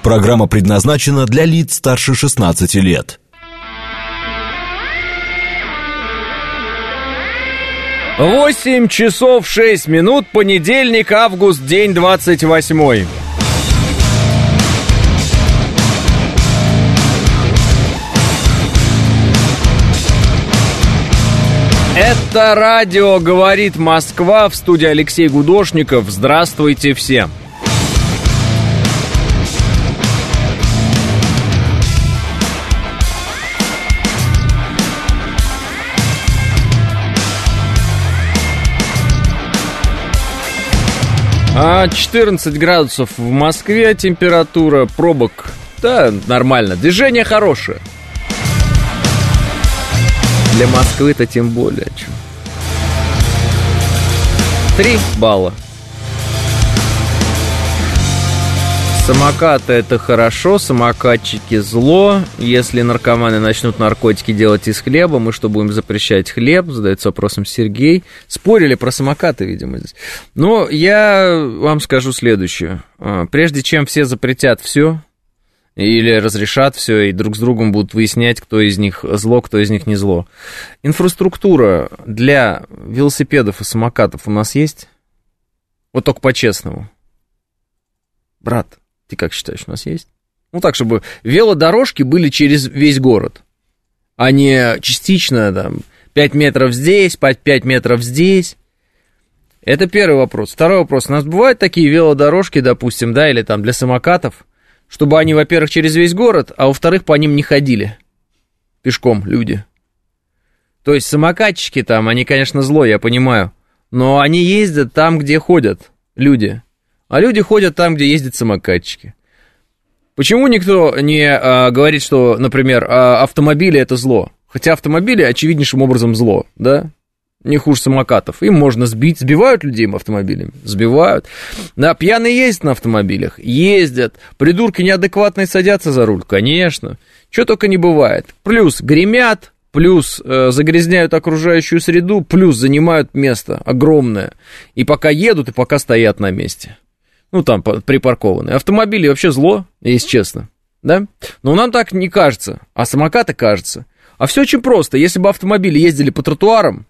Программа предназначена для лиц старше 16 лет. 8 часов 6 минут, понедельник, август, день 28. Это радио «Говорит Москва», в студии Алексей Гудошников. Здравствуйте всем. А 14 градусов в Москве температура, пробок, да, нормально, движение хорошее. Для Москвы-то тем более. 3 балла. Самокаты — это хорошо, самокатчики — зло. Если наркоманы начнут наркотики делать из хлеба, мы что, будем запрещать хлеб? Задается вопросом Сергей. Спорили про самокаты, видимо, здесь. Но я вам скажу следующее. Прежде чем все запретят все или разрешат все, и друг с другом будут выяснять, кто из них зло, кто из них не зло. Инфраструктура для велосипедов и самокатов у нас есть? Вот только по-честному. Брат, ты как считаешь, у нас есть? Ну так, чтобы велодорожки были через весь город, а не частично, там, 5 метров здесь, 5 метров здесь. Это первый вопрос. Второй вопрос. У нас бывают такие велодорожки, допустим, да, или там для самокатов, чтобы они, во-первых, через весь город, а во-вторых, по ним не ходили пешком люди. То есть самокатчики там, они, конечно, зло, я понимаю, но они ездят там, где ходят люди. А люди ходят там, где ездят самокатчики. Почему никто не говорит, что, например, автомобили — это зло? Хотя автомобили очевиднейшим образом зло, да? Не хуже самокатов. Им можно сбить. Сбивают людей автомобилями? Сбивают. Да, пьяные ездят на автомобилях? Ездят. Придурки неадекватные садятся за руль? Конечно. Чего только не бывает. Плюс гремят, плюс загрязняют окружающую среду, плюс занимают место огромное. И пока едут, и пока стоят на месте. Ну, там, припаркованные. Автомобили вообще зло, если честно, да? Но нам так не кажется, а самокаты кажется. А все очень просто. Если бы автомобили ездили по тротуарам,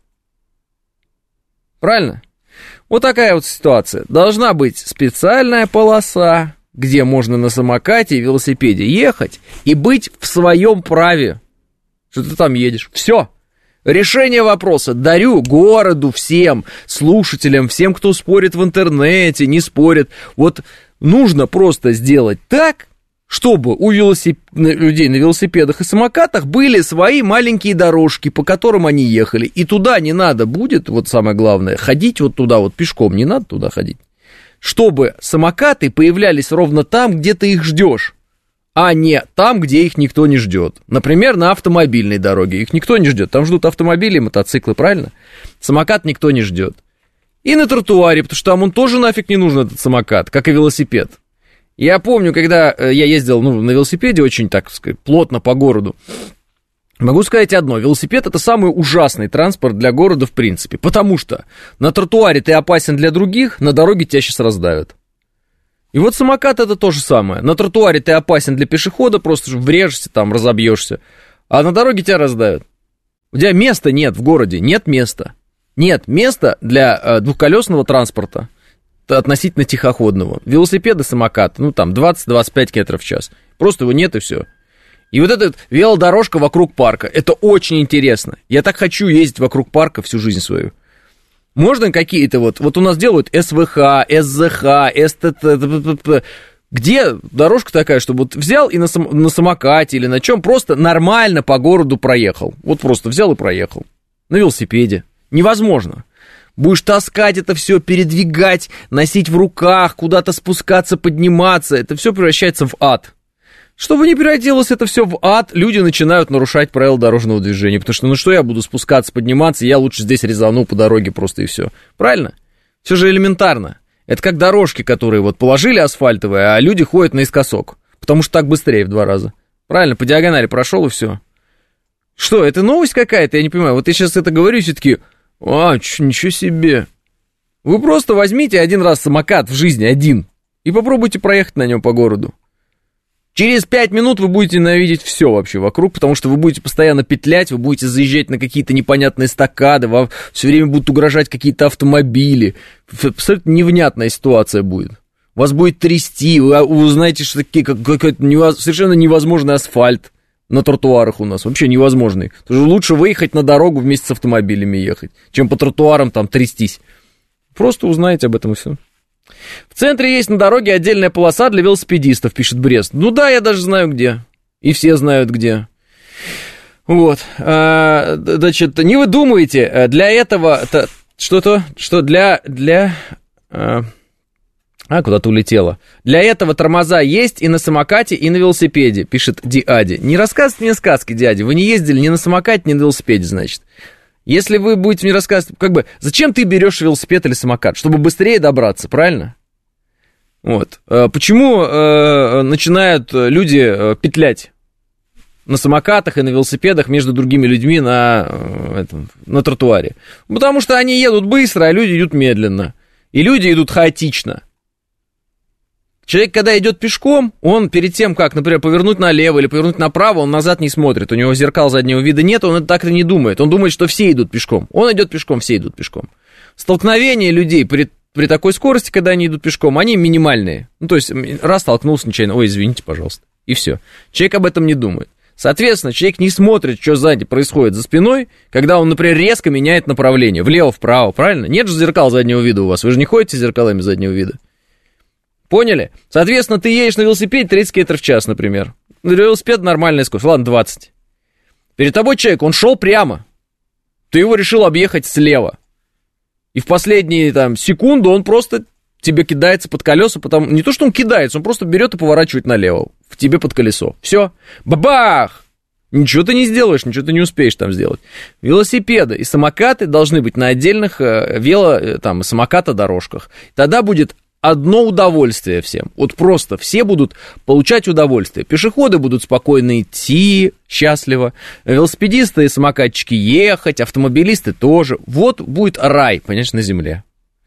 правильно? Вот такая вот ситуация. Должна быть специальная полоса, где можно на самокате и велосипеде ехать и быть в своем праве, что ты там едешь. Все. Решение вопроса дарю городу, всем слушателям, всем, кто спорит в интернете, не спорит. Вот нужно просто сделать так, чтобы у людей на велосипедах и самокатах были свои маленькие дорожки, по которым они ехали. И туда не надо будет, вот самое главное, ходить вот туда вот пешком, не надо туда ходить. Чтобы самокаты появлялись ровно там, где ты их ждешь, а не там, где их никто не ждет. Например, на автомобильной дороге их никто не ждет. Там ждут автомобили и мотоциклы, правильно? Самокат никто не ждет. И на тротуаре, потому что там он тоже нафиг не нужен, этот самокат, как и велосипед. Я помню, когда я ездил на велосипеде очень, так сказать, плотно по городу, могу сказать одно: велосипед — это самый ужасный транспорт для города в принципе, потому что на тротуаре ты опасен для других, на дороге тебя сейчас раздавят. И вот самокат — это то же самое. На тротуаре ты опасен для пешехода, просто врежешься там, разобьешься, а на дороге тебя раздавят. У тебя места нет в городе, нет места. Нет места для двухколесного транспорта относительно тихоходного. Велосипеды, самокаты, ну там 20-25 км в час. Просто его нет и все. И вот эта велодорожка вокруг парка, это очень интересно. Я так хочу ездить вокруг парка всю жизнь свою. Можно какие-то вот у нас делают СВХ, СЗХ, СТТ, где дорожка такая, чтобы вот взял и на самокате или на чем просто нормально по городу проехал. Вот просто взял и проехал. На велосипеде. Невозможно. Будешь таскать это все, передвигать, носить в руках, куда-то спускаться, подниматься. Это все превращается в ад. Чтобы не превратилось это все в ад, люди начинают нарушать правила дорожного движения. Потому что, ну что я буду спускаться, подниматься, я лучше здесь резану по дороге просто и все. Правильно? Все же элементарно. Это как дорожки, которые вот положили асфальтовые, а люди ходят наискосок. Потому что так быстрее в 2 раза. Правильно? По диагонали прошел и все. Что, это новость какая-то? Я не понимаю. Вот я сейчас это говорю, все таки: ничего себе. Вы просто возьмите один раз самокат в жизни, один, и попробуйте проехать на нем по городу. Через 5 минут вы будете ненавидеть все вообще вокруг, потому что вы будете постоянно петлять, вы будете заезжать на какие-то непонятные эстакады, вам все время будут угрожать какие-то автомобили. Абсолютно невнятная ситуация будет. Вас будет трясти, вы узнаете, что какой-то совершенно невозможный асфальт на тротуарах у нас, вообще невозможный. Потому что лучше выехать на дорогу вместе с автомобилями ехать, чем по тротуарам там трястись. Просто узнаете об этом и все. В центре есть на дороге отдельная полоса для велосипедистов, пишет Брест. Ну да, я даже знаю где. И все знают где. Вот. Значит, не вы думаете, для этого... куда-то улетело. Для этого тормоза есть и на самокате, и на велосипеде, пишет Диади. Не рассказывайте мне сказки, дядя. Вы не ездили ни на самокате, ни на велосипеде, значит. Если вы будете мне рассказывать, зачем ты берешь велосипед или самокат? Чтобы быстрее добраться, правильно? Вот. Почему начинают люди петлять на самокатах и на велосипедах между другими людьми на тротуаре? Потому что они едут быстро, а люди идут медленно. И люди идут хаотично. Человек, когда идет пешком, он перед тем, как, например, повернуть налево или повернуть направо, он назад не смотрит, у него зеркал заднего вида нет, он так-то не думает, он думает, что все идут пешком, он идет пешком, все идут пешком. Столкновения людей при такой скорости, когда они идут пешком, они минимальные, то есть раз столкнулся нечаянно, ой, извините, пожалуйста, и все. Человек об этом не думает. Соответственно, человек не смотрит, что сзади происходит за спиной, когда он, например, резко меняет направление, влево-вправо, правильно? Нет же зеркал заднего вида у вас, вы же не ходите с зеркалами заднего вида. Поняли? Соответственно, ты едешь на велосипеде 30 км в час, например. Велосипед нормальная скорость, ладно, 20. Перед тобой человек, он шел прямо. Ты его решил объехать слева. И в последние секунду он просто тебе кидается под колеса, не то, что он кидается, он просто берет и поворачивает налево, в тебе под колесо. Все. Бабах! Ничего ты не сделаешь, ничего ты не успеешь там сделать. Велосипеды и самокаты должны быть на отдельных самокатодорожках. Тогда будет одно удовольствие всем. Вот просто все будут получать удовольствие. Пешеходы будут спокойно идти, счастливо. Велосипедисты и самокатчики ехать, автомобилисты тоже. Вот будет рай, понимаешь, на земле.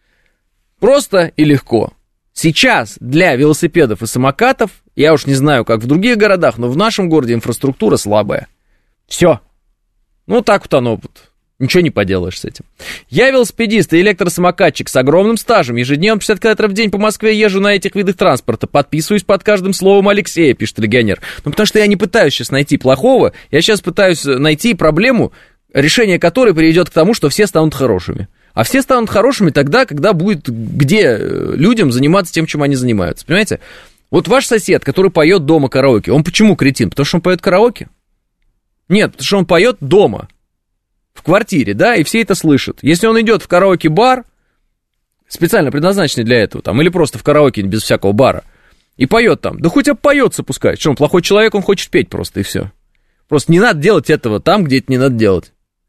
Просто и легко. Сейчас для велосипедов и самокатов, я уж не знаю, как в других городах, но в нашем городе инфраструктура слабая. Все. Так вот оно вот. Ничего не поделаешь с этим. Я велосипедист и электросамокатчик с огромным стажем. Ежедневно 50 км в день по Москве езжу на этих видах транспорта. Подписываюсь под каждым словом Алексея, пишет легионер. Потому что я не пытаюсь сейчас найти плохого. Я сейчас пытаюсь найти проблему, решение которой приведет к тому, что все станут хорошими. А все станут хорошими тогда, когда будет где людям заниматься тем, чем они занимаются. Понимаете? Вот ваш сосед, который поет дома караоке, он почему кретин? Потому что он поет караоке? Нет, потому что он поет дома. В квартире, да, и все это слышат. Если он идет в караоке-бар, специально предназначенный для этого, или просто в караоке без всякого бара, и поет там, да хоть обпоется пускай. Что, он плохой человек, он хочет петь просто, и все. Просто не надо делать этого там, где это не надо делать.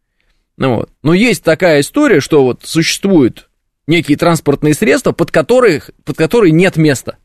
Но есть такая история, что вот существуют некие транспортные средства, под которые нет места.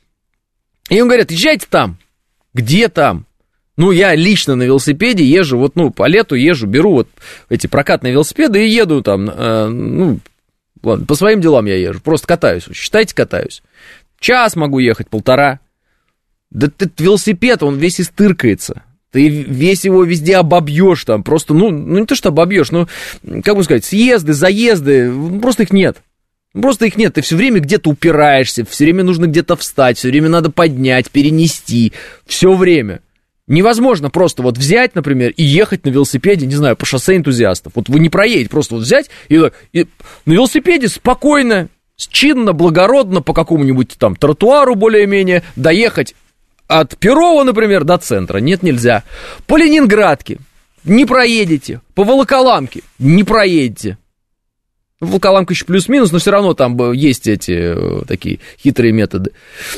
И им говорят, езжайте там. Где там? Я лично на велосипеде езжу, по лету езжу, беру эти прокатные велосипеды и еду ладно, по своим делам я езжу, просто катаюсь, считайте, катаюсь. Час могу ехать, 1,5. Да этот велосипед, он весь истыркается, ты весь его везде обобьешь там, просто, не то, что обобьешь, как бы сказать, съезды, заезды, просто их нет. Просто их нет, ты все время где-то упираешься, все время нужно где-то встать, все время надо поднять, перенести, все время. Невозможно просто взять, например, и ехать на велосипеде, не знаю, по шоссе энтузиастов. Вы не проедете, просто взять и на велосипеде спокойно, чинно, благородно по какому-нибудь тротуару более-менее доехать от Перова, например, до центра. Нет, нельзя. По Ленинградке не проедете, по Волоколамке не проедете. Волоколамка еще плюс-минус, но все равно там есть эти такие хитрые методы.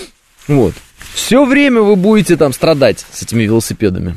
Все время вы будете страдать с этими велосипедами.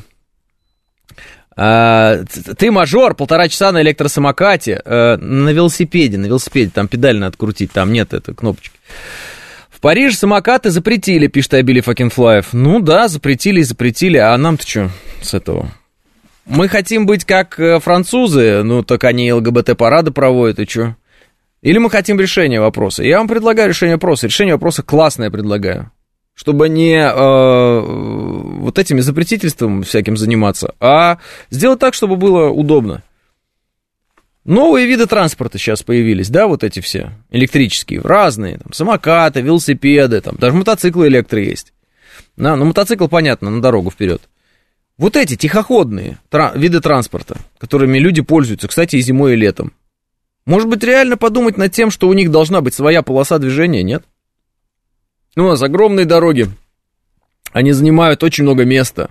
Ты мажор, 1,5 часа на электросамокате, на велосипеде, там педаль надо крутить, там нет этой кнопочки. В Париже самокаты запретили, пишет Абили Факинфлаев. Да, запретили, а нам-то что с этого? Мы хотим быть как французы, так они ЛГБТ-парады проводят, и что? Или мы хотим решения вопроса? Я вам предлагаю решение вопроса классное предлагаю. чтобы не вот этими запретительством всяким заниматься, а сделать так, чтобы было удобно. Новые виды транспорта сейчас появились, да, вот эти все электрические, разные, там, самокаты, велосипеды, там, даже мотоциклы электро есть. Да, ну, мотоцикл, понятно, на дорогу вперед. Вот эти тихоходные виды транспорта, которыми люди пользуются, кстати, и зимой, и летом. Может быть, реально подумать над тем, что у них должна быть своя полоса движения, нет? У нас огромные дороги, они занимают очень много места.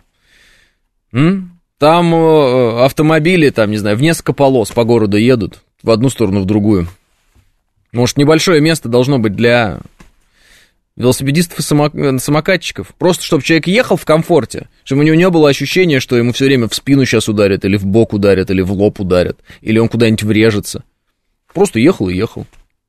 Там автомобили, там, не знаю, в несколько полос по городу едут, в одну сторону, в другую. Может, небольшое место должно быть для велосипедистов и самокатчиков. Просто, чтобы человек ехал в комфорте, чтобы у него не было ощущения, что ему все время в спину сейчас ударят, или в бок ударят, или в лоб ударят, или он куда-нибудь врежется. Просто ехал и ехал.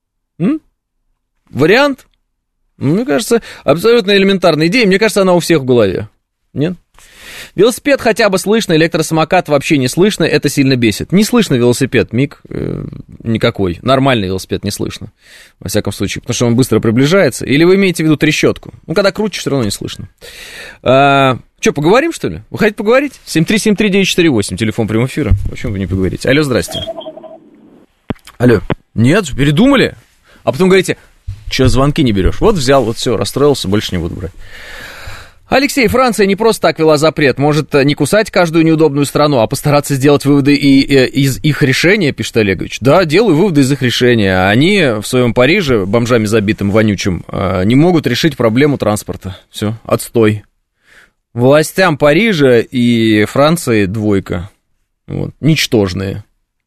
Вариант? Мне кажется, абсолютно элементарная идея. Мне кажется, она у всех в голове. Нет? Велосипед хотя бы слышно, электросамокат вообще не слышно, это сильно бесит. Не слышно велосипед, миг никакой. Нормальный велосипед не слышно, во всяком случае, потому что он быстро приближается. Или вы имеете в виду трещотку? Ну, когда крутишь, все равно не слышно. Что, поговорим, что ли? Вы хотите поговорить? 7373948, телефон прямого эфира. Почему вы не поговорите? Алло, здрасте. Алло. Нет, передумали? А потом говорите, что звонки не берешь? Вот взял, вот все, расстроился, больше не буду брать. Алексей, Франция не просто так ввела запрет. Может, не кусать каждую неудобную страну, а постараться сделать выводы из их решения, пишет Олегович. Да, делаю выводы из их решения. Они в своем Париже, бомжами забитым, вонючим, не могут решить проблему транспорта. Все, отстой. Властям Парижа и Франции двойка. Вот, ничтожные.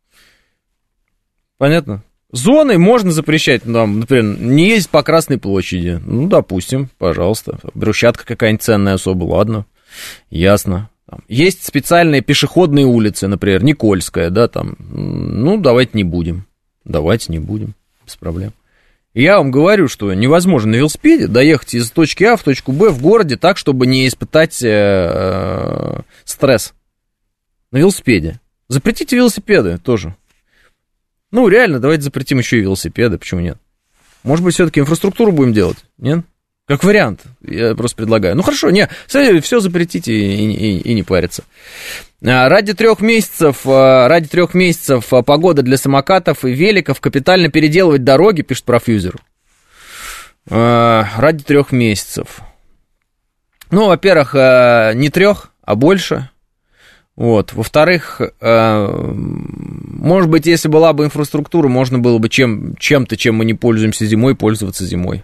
Понятно? Зоны можно запрещать, там, например, не ездить по Красной площади. Ну, допустим, пожалуйста. Брусчатка какая-нибудь ценная особо, ладно, ясно. Там есть специальные пешеходные улицы, например, Никольская, да, там. Ну, давайте не будем, без проблем. Я вам говорю, что невозможно на велосипеде доехать из точки А в точку Б в городе так, чтобы не испытать стресс. На велосипеде. Запретите велосипеды тоже. Ну, реально, давайте запретим еще и велосипеды, почему нет? Может быть, все-таки инфраструктуру будем делать, нет? Как вариант, я просто предлагаю. Ну, хорошо, все запретите и не париться. Ради 3 месяцев погода для самокатов и великов капитально переделывать дороги, пишет профьюзер. Ради 3 месяцев. Ну, во-первых, не 3, а больше. Вот. Во-вторых, может быть, если была бы инфраструктура, можно было бы чем-то, чем мы не пользуемся зимой, пользоваться зимой.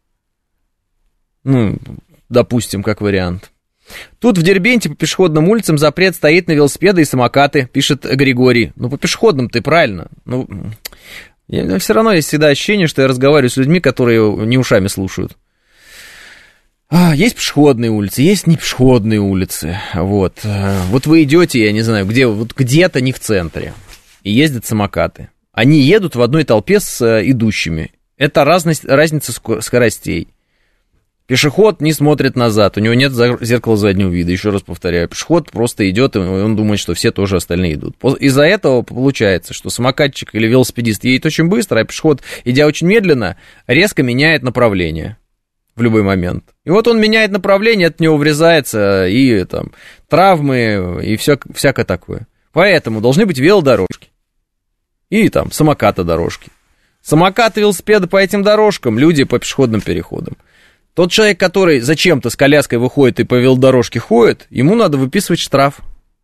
Ну, допустим, как вариант. Тут в Дербенте по пешеходным улицам запрет стоит на велосипеды и самокаты, пишет Григорий. Ну, по пешеходным-то правильно. Ну, все равно есть всегда ощущение, что я разговариваю с людьми, которые не ушами слушают. Есть пешеходные улицы, есть не пешеходные улицы. Вот вы идете, я не знаю, где-то не в центре, и ездят самокаты. Они едут в одной толпе с идущими. Это разница скоростей. Пешеход не смотрит назад, у него нет зеркала заднего вида, еще раз повторяю. Пешеход просто идет, и он думает, что все тоже остальные идут. Из-за этого получается, что самокатчик или велосипедист едет очень быстро, а пешеход, идя очень медленно, резко меняет направление. В любой момент. И вот он меняет направление, от него врезается, и там травмы, и всякое такое. Поэтому должны быть велодорожки. И там самокаты-дорожки. Самокаты, велосипеды по этим дорожкам, люди по пешеходным переходам. Тот человек, который зачем-то с коляской выходит и по велодорожке ходит, ему надо выписывать штраф.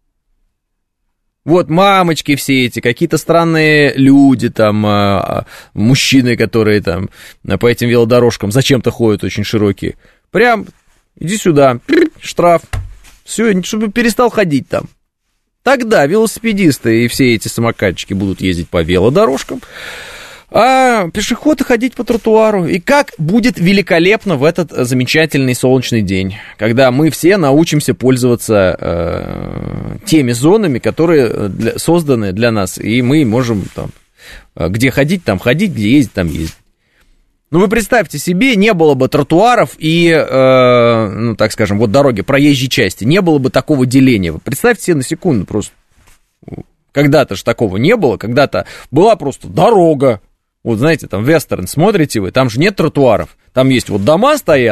Вот мамочки все эти, какие-то странные люди, там, мужчины, которые там по этим велодорожкам зачем-то ходят очень широкие. Прям, иди сюда, штраф, все, чтобы перестал ходить там. Тогда велосипедисты и все эти самокатчики будут ездить по велодорожкам, а пешеходы ходить по тротуару. И как будет великолепно в этот замечательный солнечный день, когда мы все научимся пользоваться теми зонами, которые созданы для нас, и мы можем там, где ходить, там ходить, где ездить, там ездить. Ну, вы представьте себе, не было бы тротуаров и, ну, так скажем, вот дороги, проезжей части, не было бы такого деления. Вы представьте себе на секунду просто. Когда-то же такого не было, когда-то была просто дорога. Вот знаете, там вестерн смотрите вы, там же нет тротуаров, там есть вот дома стоят,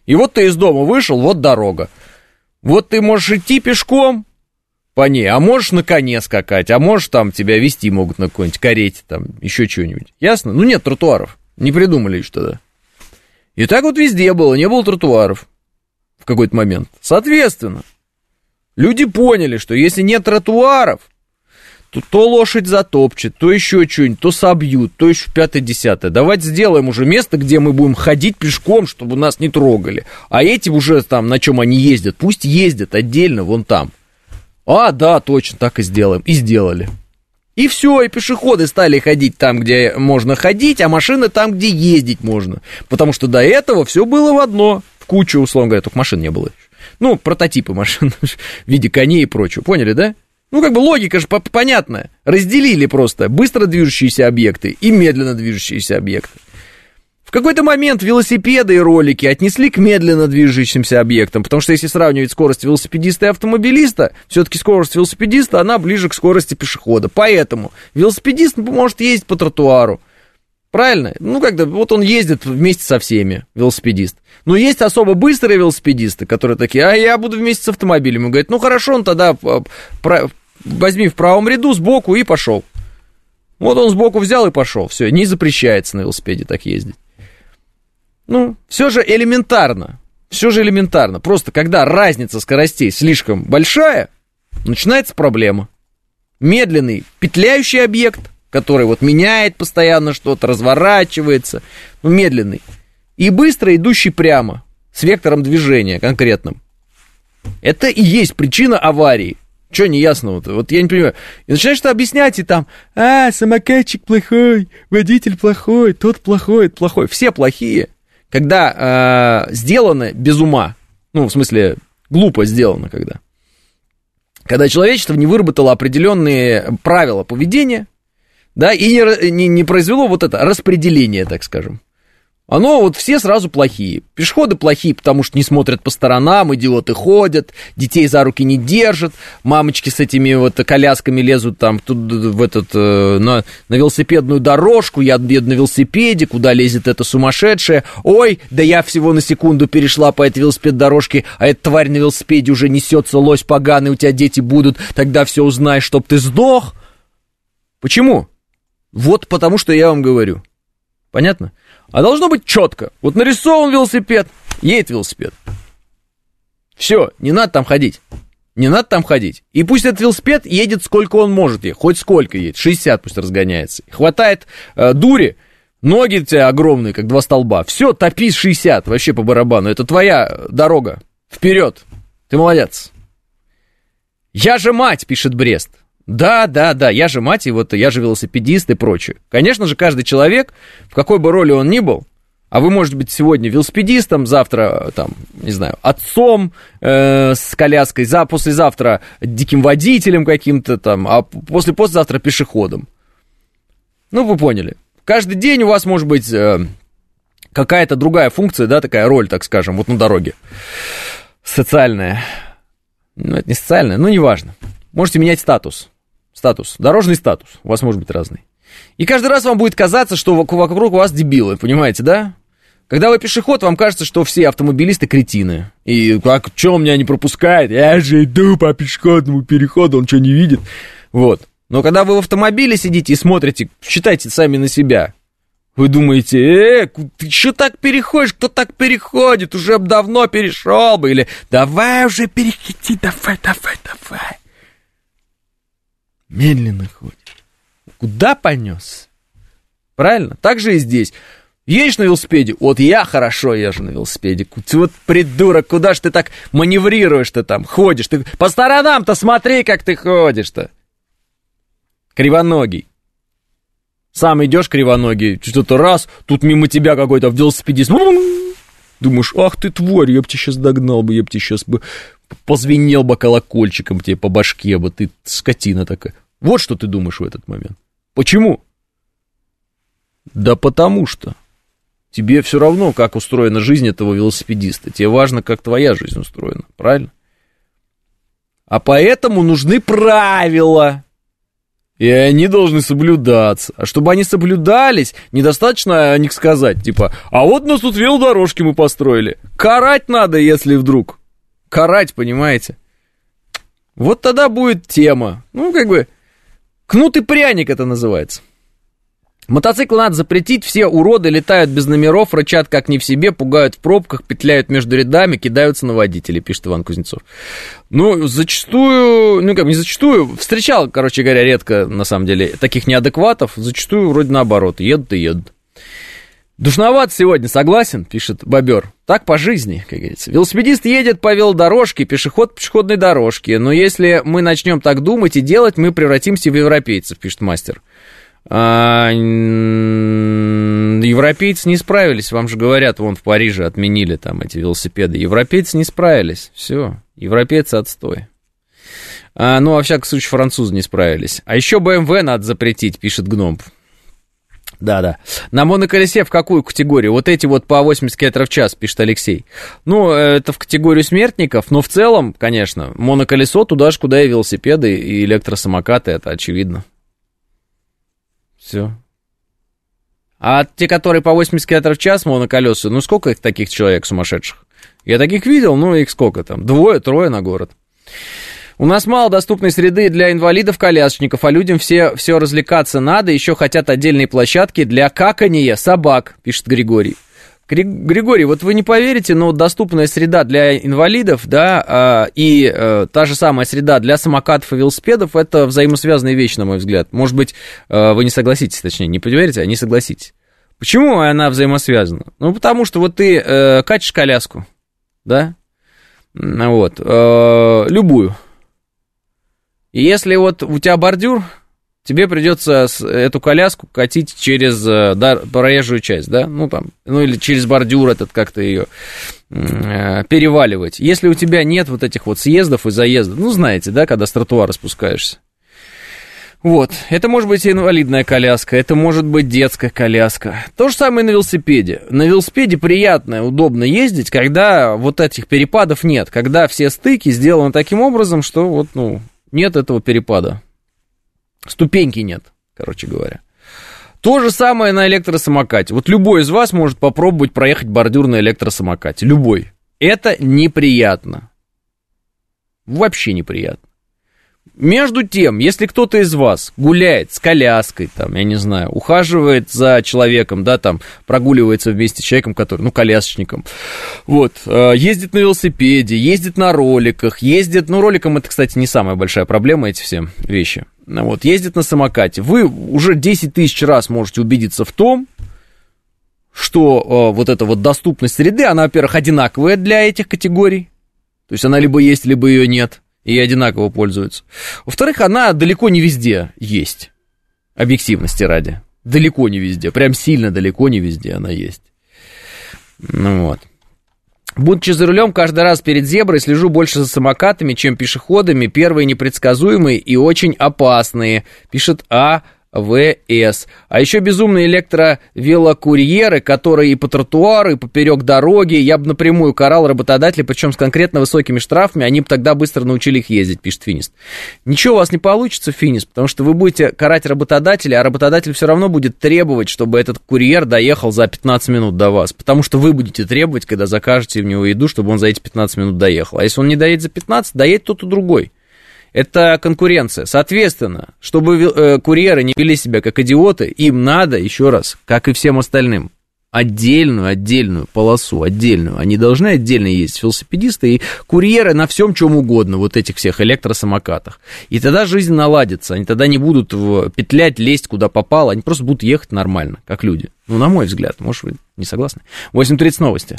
И вот ты из дома вышел, вот дорога. Вот ты можешь идти пешком по ней, а можешь на коне скакать, а можешь там тебя везти могут на какой-нибудь карете, там еще что-нибудь. Ясно? Ну, нет тротуаров. Не придумали еще тогда. И так вот везде было, не было тротуаров в какой-то момент. Соответственно, люди поняли, что если нет тротуаров, то лошадь затопчет, то еще что-нибудь, то собьют, то еще 5-10. Давайте сделаем уже место, где мы будем ходить пешком, чтобы нас не трогали. А эти уже там, на чем они ездят, пусть ездят отдельно вон там. А, да, точно, так и сделаем. И сделали. И все, и пешеходы стали ходить там, где можно ходить, а машины там, где ездить можно. Потому что до этого все было в одно, в кучу, условно говоря, только машин не было. Ну, прототипы машин в виде коней и прочего. Поняли, да? Ну, как бы логика же понятная. Разделили просто быстро движущиеся объекты и медленно движущиеся объекты. В какой-то момент велосипеды и ролики отнесли к медленно движущимся объектам, потому что если сравнивать скорость велосипедиста и автомобилиста, все-таки скорость велосипедиста, она ближе к скорости пешехода. Поэтому велосипедист может ездить по тротуару. Правильно? Ну, когда вот он ездит вместе со всеми, велосипедист. Но есть особо быстрые велосипедисты, которые такие, а я буду вместе с автомобилем. Он говорит, ну, хорошо, он тогда возьми в правом ряду сбоку и пошел. Вот он сбоку взял и пошел. Все, не запрещается на велосипеде так ездить. Ну, все же элементарно. Просто когда разница скоростей слишком большая, начинается проблема. Медленный, петляющий объект, который вот меняет постоянно что-то, разворачивается, ну, медленный. И быстро идущий прямо, с вектором движения конкретным. Это и есть причина аварии. Что неясного-то? Вот я не понимаю. И начинаешь что объяснять, и там, самокатчик плохой, водитель плохой, тот плохой, это плохой. Все плохие. Когда сделано без ума, ну, в смысле, глупо сделано, когда человечество не выработало определенные правила поведения, да, и не произвело вот это распределение, так скажем. Оно вот все сразу плохие. Пешеходы плохие, потому что не смотрят по сторонам, идиоты ходят, детей за руки не держат, мамочки с этими вот колясками лезут там на велосипедную дорожку, я еду на велосипеде, куда лезет эта сумасшедшая, ой, да я всего на секунду перешла по этой велосипед-дорожке, а эта тварь на велосипеде уже несется, лось поганый, у тебя дети будут, тогда все узнаешь, чтоб ты сдох. Почему? Вот потому что я вам говорю. Понятно? А должно быть четко. Вот нарисован велосипед, едет велосипед. Все, не надо там ходить. И пусть этот велосипед едет сколько он может ехать. Хоть сколько едет. 60 пусть разгоняется. Хватает дури, ноги у тебя огромные, как два столба. Все, топи 60, вообще по барабану. Это твоя дорога. Вперед. Ты молодец. Я же мать, пишет Брест. Да, я же мать, и вот я же велосипедист и прочее. Конечно же, каждый человек, в какой бы роли он ни был, а вы можете быть сегодня велосипедистом, завтра, там, не знаю, отцом с коляской, послезавтра диким водителем каким-то там, а послезавтра пешеходом. Ну, вы поняли. Каждый день у вас может быть какая-то другая функция, да, такая роль, так скажем, вот на дороге. Социальная. Ну, это не социальная, но неважно. Можете менять статус, дорожный статус, у вас может быть разный. И каждый раз вам будет казаться, что вокруг у вас дебилы, понимаете, да? Когда вы пешеход, вам кажется, что все автомобилисты кретины. И как, что он меня не пропускает? Я же иду по пешеходному переходу, он что, не видит? Вот. Но когда вы в автомобиле сидите и смотрите, считайте сами на себя, вы думаете, ты что так переходишь, кто так переходит, уже давно перешел бы, или давай уже переходи, давай. Медленно ходишь. Куда понес? Правильно? Так же и здесь. Едешь на велосипеде? Вот я хорошо езжу на велосипеде. Вот придурок, куда ж ты так маневрируешь-то там, ходишь? Ты по сторонам-то смотри, как ты ходишь-то. Кривоногий. Сам идешь кривоногий, что-то раз, тут мимо тебя какой-то велосипедист. Думаешь, ах ты тварь, я бы тебя сейчас догнал бы, я бы тебя сейчас бы позвенел бы колокольчиком тебе по башке бы, ты скотина такая. Вот что ты думаешь в этот момент. Почему? Да потому что тебе все равно, как устроена жизнь этого велосипедиста. Тебе важно, как твоя жизнь устроена, правильно? А поэтому нужны правила. И они должны соблюдаться. А чтобы они соблюдались, недостаточно о них сказать, типа, а вот нас тут велодорожки мы построили. Карать надо, если вдруг. Карать, понимаете? Вот тогда будет тема. Ну, как бы, кнут и пряник это называется. Мотоциклы надо запретить, все уроды летают без номеров, рычат как не в себе, пугают в пробках, петляют между рядами, кидаются на водителей, пишет Иван Кузнецов. Ну, зачастую, ну, как не зачастую, встречал, короче говоря, редко, на самом деле, таких неадекватов, зачастую вроде наоборот, едут и едут. Душноват сегодня, согласен, пишет Бобер. Так по жизни, как говорится. Велосипедист едет по велодорожке, пешеход по пешеходной дорожке, но если мы начнем так думать и делать, мы превратимся в европейцев, пишет Мастер. Европейцы не справились, вам же говорят, вон в Париже отменили там эти велосипеды. Европейцы не справились, все, европейцы отстой. Ну, во всяком случае, французы не справились. А еще BMW надо запретить, пишет Гном. Да-да. На моноколесе в какую категорию? Вот эти вот по 80 км в час, пишет Алексей. Ну, это в категорию смертников, но в целом, конечно, моноколесо туда же, куда и велосипеды, и электросамокаты, это очевидно. Все. А те, которые по 80 км в час моноколеса, ну сколько их таких человек сумасшедших? Я таких видел, ну их сколько там? 2-3 на город. У нас мало доступной среды для инвалидов-колясочников, а людям все развлекаться надо, еще хотят отдельные площадки для какания собак, пишет Григорий. Григорий, вот вы не поверите, но доступная среда для инвалидов, да, и та же самая среда для самокатов и велосипедов, это взаимосвязанные вещи, на мой взгляд. Может быть, вы не согласитесь, точнее, не поверите, а не согласитесь. Почему она взаимосвязана? Ну, потому что вот ты катишь коляску, да, вот, любую. И если вот у тебя бордюр, тебе придется эту коляску катить через проезжую часть, да, ну там, ну или через бордюр этот как-то ее переваливать. Если у тебя нет вот этих вот съездов и заездов, ну знаете, да, когда с тротуара спускаешься. Вот, это может быть инвалидная коляска, это может быть детская коляска. То же самое на велосипеде. На велосипеде приятно, удобно ездить, когда вот этих перепадов нет, когда все стыки сделаны таким образом, что вот, ну, нет этого перепада. Ступеньки нет, короче говоря. То же самое на электросамокате. Вот любой из вас может попробовать проехать бордюр на электросамокате. Любой. Это неприятно. Вообще неприятно. Между тем, если кто-то из вас гуляет с коляской, там, я не знаю, ухаживает за человеком, да, там, прогуливается вместе с человеком, который, ну, колясочником, вот, ездит на велосипеде, ездит на роликах, ездит, ну, роликом это, кстати, не самая большая проблема, эти все вещи, вот, ездит на самокате, вы уже 10 тысяч раз можете убедиться в том, что вот эта вот доступность среды, она, во-первых, одинаковая для этих категорий, то есть она либо есть, либо ее нет, и одинаково пользуются. Во-вторых, она далеко не везде есть, объективности ради. Далеко не везде, прям сильно далеко не везде она есть. Ну вот. Будучи за рулем, каждый раз перед зеброй слежу больше за самокатами, чем пешеходами. Первые непредсказуемые и очень опасные, пишет АВС. А еще безумные электровелокурьеры, которые и по тротуару, и поперек дороги. Я бы напрямую карал работодателей, причем с конкретно высокими штрафами, они бы тогда быстро научили их ездить, пишет Финист. Ничего у вас не получится, Финист, потому что вы будете карать работодателя, а работодатель все равно будет требовать, чтобы этот курьер доехал за 15 минут до вас, потому что вы будете требовать, когда закажете в него еду, чтобы он за эти 15 минут доехал. А если он не доедет за 15, доедет кто-то другой. Это конкуренция. Соответственно, чтобы курьеры не вели себя как идиоты, им надо, еще раз, как и всем остальным, отдельную полосу, отдельную. Они должны отдельно ездить, велосипедисты и курьеры на всем чем угодно, вот этих всех электросамокатах. И тогда жизнь наладится, они тогда не будут петлять, лезть куда попало, они просто будут ехать нормально, как люди. Ну, на мой взгляд, может, вы не согласны? 8:30 новости.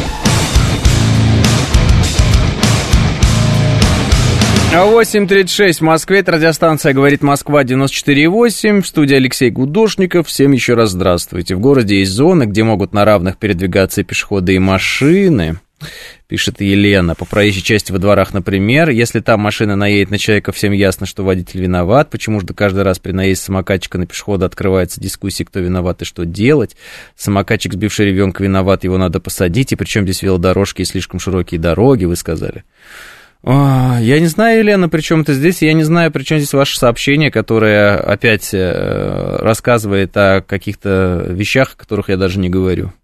8:36 в Москве, это радиостанция «Говорит Москва», 94,8, в студии Алексей Гудошников. Всем еще раз здравствуйте. В городе есть зоны, где могут на равных передвигаться и пешеходы, и машины, пишет Елена. По проезжей части во дворах, например, если там машина наедет на человека, всем ясно, что водитель виноват. Почему же каждый раз при наезде самокатчика на пешехода открывается дискуссия, кто виноват и что делать? Самокатчик, сбивший ребенка, виноват, его надо посадить. И причем здесь велодорожки и слишком широкие дороги, вы сказали. Я не знаю, Елена, при чем ты здесь, я не знаю, при чем здесь ваше сообщение, которое опять рассказывает о каких-то вещах, о которых я даже не говорю.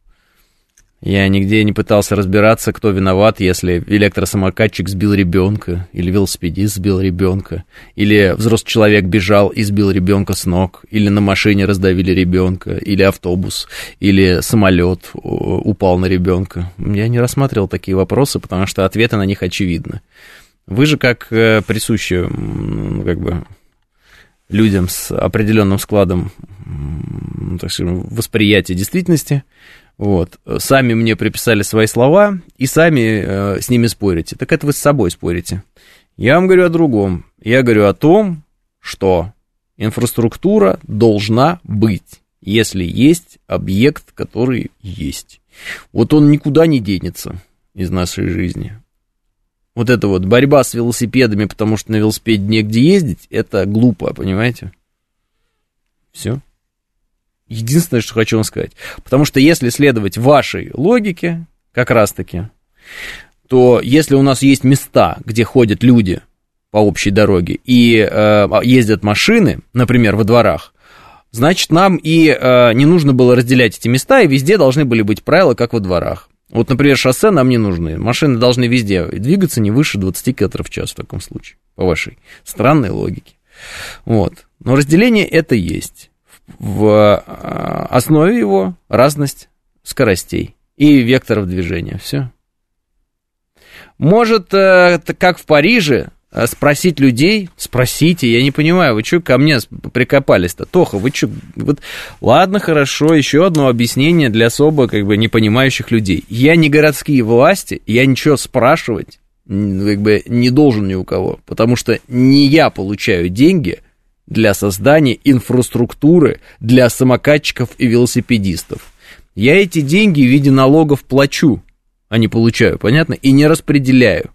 Я нигде не пытался разбираться, кто виноват, если электросамокатчик сбил ребенка, или велосипедист сбил ребенка, или взрослый человек бежал и сбил ребенка с ног, или на машине раздавили ребенка, или автобус, или самолет упал на ребенка. Я не рассматривал такие вопросы, потому что ответы на них очевидны. Вы же, как присущи, как бы, людям с определенным складом, так скажем, восприятия действительности, вот, сами мне приписали свои слова и сами с ними спорите. Так это вы с собой спорите. Я вам говорю о другом. Я говорю о том, что инфраструктура должна быть, если есть объект, который есть. Вот он никуда не денется из нашей жизни. Вот эта вот борьба с велосипедами, потому что на велосипеде негде ездить, это глупо, понимаете? Все. Единственное, что хочу вам сказать. Потому что если следовать вашей логике, как раз-таки, то если у нас есть места, где ходят люди по общей дороге и ездят машины, например, во дворах, значит, нам и не нужно было разделять эти места, и везде должны были быть правила, как во дворах. Вот, например, шоссе нам не нужны. Машины должны везде двигаться не выше 20 км в час в таком случае, по вашей странной логике. Вот. Но разделение это есть. В основе его разность скоростей и векторов движения. Все. Может, как в Париже, спросить людей, спросите, я не понимаю, вы что ко мне прикопались-то? Тоха, вы что? Вот, ладно, хорошо, еще одно объяснение для особо как бы непонимающих людей. Я не городские власти, я ничего спрашивать как бы не должен ни у кого, потому что не я получаю деньги для создания инфраструктуры для самокатчиков и велосипедистов. Я эти деньги в виде налогов плачу, а не получаю, понятно? И не распределяю.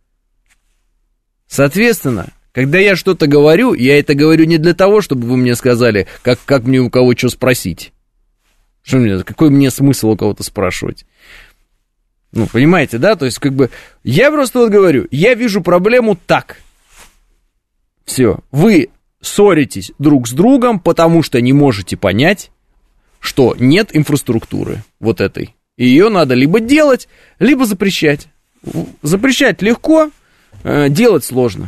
Соответственно, когда я что-то говорю, я это говорю не для того, чтобы вы мне сказали, как мне у кого что спросить. Какой мне смысл у кого-то спрашивать? Ну, понимаете, да? То есть, как бы, я просто вот говорю, я вижу проблему так. Все, вы ссоритесь друг с другом, потому что не можете понять, что нет инфраструктуры вот этой. И ее надо либо делать, либо запрещать. Запрещать легко, делать сложно.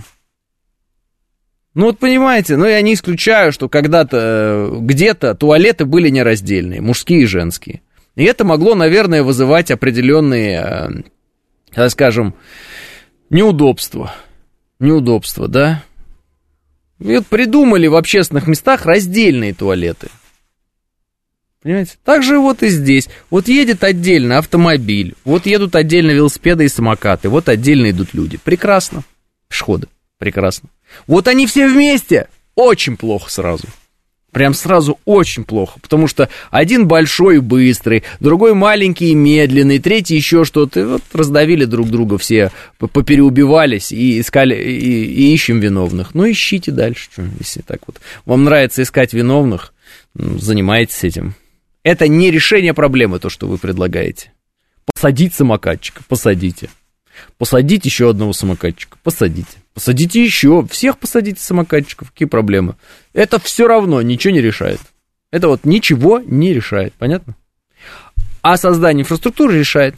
Ну вот понимаете, я не исключаю, что когда-то где-то туалеты были нераздельные, мужские и женские. И это могло, наверное, вызывать определенные, так скажем, неудобства. Неудобства, да? И вот придумали в общественных местах раздельные туалеты. Понимаете? Так же вот и здесь. Вот едет отдельно автомобиль, вот едут отдельно велосипеды и самокаты, вот отдельно идут люди. Прекрасно. Пешеходы. Прекрасно. Вот они все вместе. Очень плохо сразу. Прям сразу очень плохо, потому что один большой и быстрый, другой маленький и медленный, третий еще что-то. И вот раздавили друг друга все, попереубивались и искали, и ищем виновных. Ну, ищите дальше, если так вот. Вам нравится искать виновных, занимайтесь этим. Это не решение проблемы, то, что вы предлагаете. Посадить самокатчика, посадите. Посадить еще одного самокатчика, посадите. Посадите еще, всех посадите самокатчиков, какие проблемы? Это все равно ничего не решает. Это вот ничего не решает, понятно? А создание инфраструктуры решает.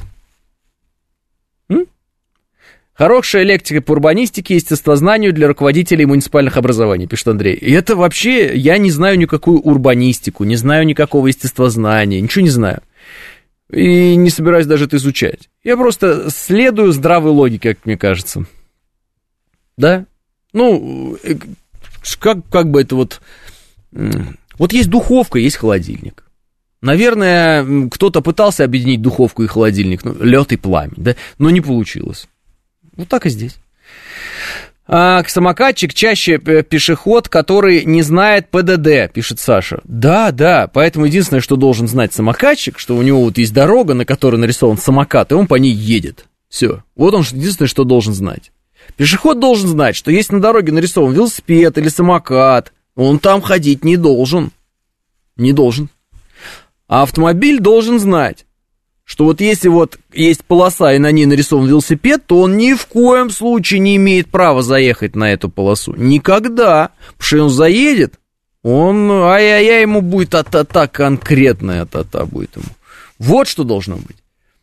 Хорошая лектика по урбанистике и естествознанию для руководителей муниципальных образований, пишет Андрей. И это вообще, я не знаю никакую урбанистику, не знаю никакого естествознания, ничего не знаю. И не собираюсь даже это изучать. Я просто следую здравой логике, как мне кажется. Да? Ну, как бы это вот... Вот есть духовка, есть холодильник. Наверное, кто-то пытался объединить духовку и холодильник, лед и пламя, да? Но не получилось. Вот так и здесь. Самокатчик чаще пешеход, который не знает ПДД, пишет Саша. Да, поэтому единственное, что должен знать самокатчик, что у него вот есть дорога, на которой нарисован самокат, и он по ней едет. Все. Вот он единственное, что должен знать. Пешеход должен знать, что если на дороге нарисован велосипед или самокат, он там ходить не должен. Не должен. А автомобиль должен знать, что вот если вот есть полоса и на ней нарисован велосипед, то он ни в коем случае не имеет права заехать на эту полосу. Никогда. Потому что он заедет, он, ай-яй-яй, ему будет а-та-та, конкретная а-та-та будет ему. Вот что должно быть.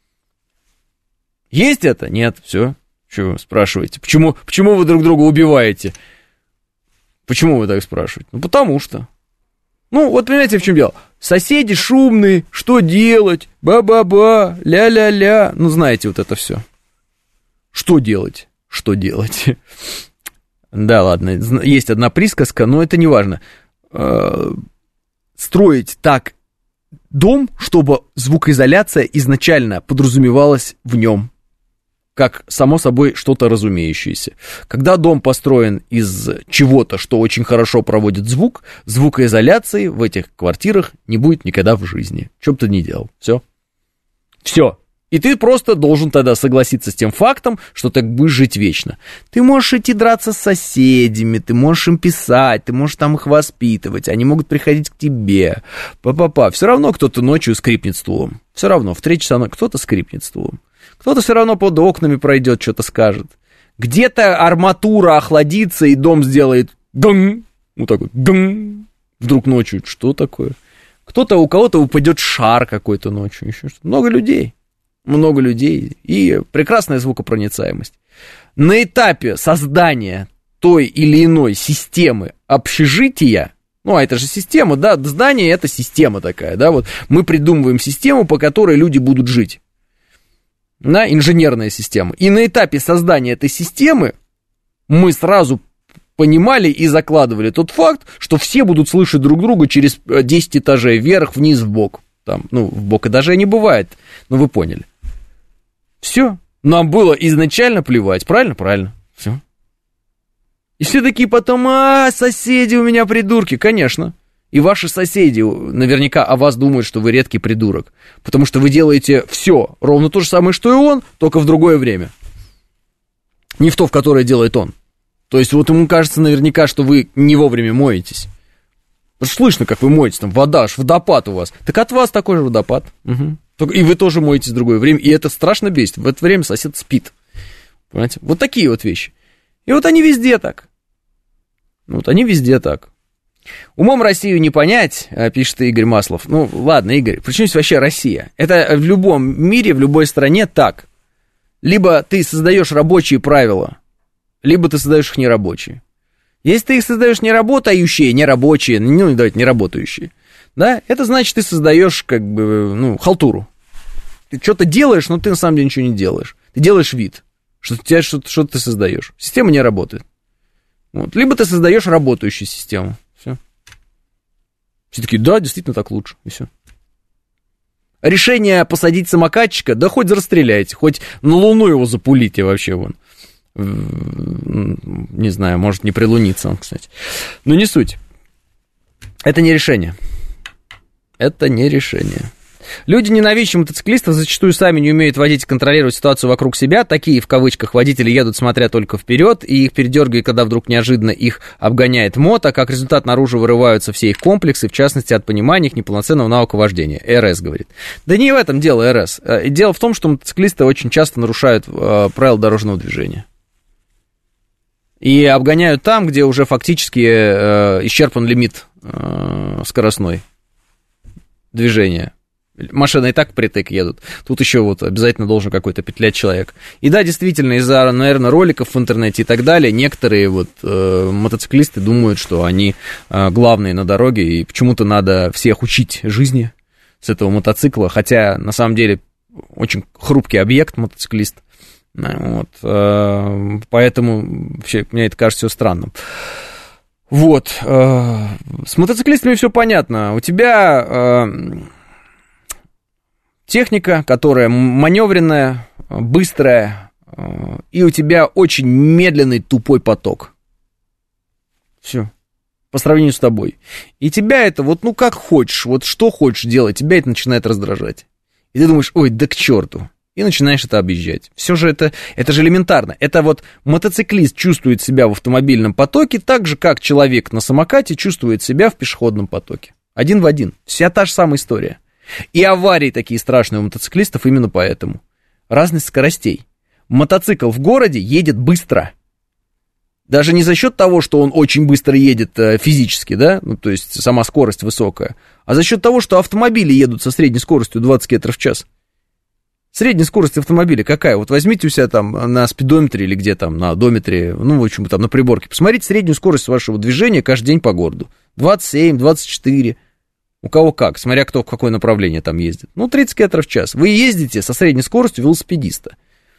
Есть это? Нет, все. Чего вы спрашиваете? Почему вы друг друга убиваете? Почему вы так спрашиваете? Ну, потому что. Ну, вот понимаете, в чем дело? Соседи шумные, что делать? Ба-ба-ба, ля-ля-ля. Ну, знаете, вот это все. Что делать? Что делать? Да, ладно, есть одна присказка, но это не важно. Строить так дом, чтобы звукоизоляция изначально подразумевалась в нем, как само собой что-то разумеющееся. Когда дом построен из чего-то, что очень хорошо проводит звук, звукоизоляции в этих квартирах не будет никогда в жизни. Что бы ты ни делал. Все. Все. И ты просто должен тогда согласиться с тем фактом, что ты будешь жить вечно. Ты можешь идти драться с соседями, ты можешь им писать, ты можешь там их воспитывать, они могут приходить к тебе. Па-па-па. Все равно кто-то ночью скрипнет стулом. Все равно в 3 часа ночи кто-то скрипнет стулом. Кто-то все равно под окнами пройдет, что-то скажет. Где-то арматура охладится, и дом сделает гм, вот такой гм, вдруг ночью. Что такое? У кого-то упадет шар какой-то ночью, еще что-то. Много людей и прекрасная звукопроницаемость. На этапе создания той или иной системы общежития, ну, а это же система, да, здание это система такая, да, вот мы придумываем систему, по которой люди будут жить. Да, инженерная система. И на этапе создания этой системы мы сразу понимали и закладывали тот факт, что все будут слышать друг друга через 10 этажей, вверх, вниз, вбок. Там, ну, вбок этажей не бывает, но вы поняли. Все. Нам было изначально плевать, правильно? Правильно. Все. И все такие потом, соседи у меня придурки. Конечно. И ваши соседи наверняка о вас думают, что вы редкий придурок. Потому что вы делаете все ровно то же самое, что и он, только в другое время. Не в то, в которое делает он. То есть вот ему кажется наверняка, что вы не вовремя моетесь. Слышно, как вы моетесь, там вода, аж водопад у вас. Так от вас такой же водопад. Угу. И вы тоже моетесь в другое время. И это страшно бесит. В это время сосед спит. Понимаете? Вот такие вот вещи. И вот они везде так. Умом Россию не понять, пишет Игорь Маслов. Ну, ладно, Игорь, причем здесь вообще Россия? Это в любом мире, в любой стране так. Либо ты создаешь рабочие правила, либо ты создаешь их нерабочие. Если ты их создаешь нерабочие, ну, давайте, неработающие, да, это значит, ты создаешь, как бы, ну, халтуру. Ты что-то делаешь, но ты на самом деле ничего не делаешь. Ты делаешь вид, что ты создаешь. Система не работает. Вот. Либо ты создаешь работающую систему. Все. Все такие, да, действительно так лучше. И все. Решение посадить самокатчика, да хоть расстреляйте, хоть на Луну его запулите вообще вон. Не знаю, может не прилунится он, кстати. Но не суть. Это не решение. Люди, ненавидящие мотоциклистов, зачастую сами не умеют водить и контролировать ситуацию вокруг себя. Такие, в кавычках, водители едут, смотря только вперед, и их передергивает, когда вдруг неожиданно их обгоняет мото, а как результат наружу вырываются все их комплексы, в частности, от понимания их неполноценного навыка вождения. РС говорит. Да не в этом дело, РС. Дело в том, что мотоциклисты очень часто нарушают правила дорожного движения. И обгоняют там, где уже фактически исчерпан лимит скоростной движения. Машины и так впритык едут. Тут еще вот обязательно должен какой-то петлять человек. И да, действительно, из-за, наверное, роликов в интернете и так далее, некоторые вот мотоциклисты думают, что они главные на дороге, и почему-то надо всех учить жизни с этого мотоцикла, хотя на самом деле очень хрупкий объект мотоциклист. Вот, поэтому вообще мне это кажется все странным. Вот, с мотоциклистами все понятно. У тебя техника, которая маневренная, быстрая, и у тебя очень медленный, тупой поток. Все. По сравнению с тобой. И тебя это вот, ну как хочешь, вот что хочешь делать, тебя это начинает раздражать. И ты думаешь, ой, да к черту. И начинаешь это объезжать. Все же это же элементарно. Это вот мотоциклист чувствует себя в автомобильном потоке так же, как человек на самокате чувствует себя в пешеходном потоке. Один в один. Вся та же самая история. И аварии такие страшные у мотоциклистов именно поэтому. Разность скоростей. Мотоцикл в городе едет быстро. Даже не за счет того, что он очень быстро едет физически, да, ну, то есть сама скорость высокая, а за счет того, что автомобили едут со средней скоростью 20 км в час. Средняя скорость автомобиля какая? Вот возьмите у себя там на спидометре или где там, на одометре, ну, в общем, там на приборке, посмотрите среднюю скорость вашего движения каждый день по городу. 27, 24, у кого как, смотря кто в какое направление там ездит. Ну, 30 км в час. Вы ездите со средней скоростью велосипедиста.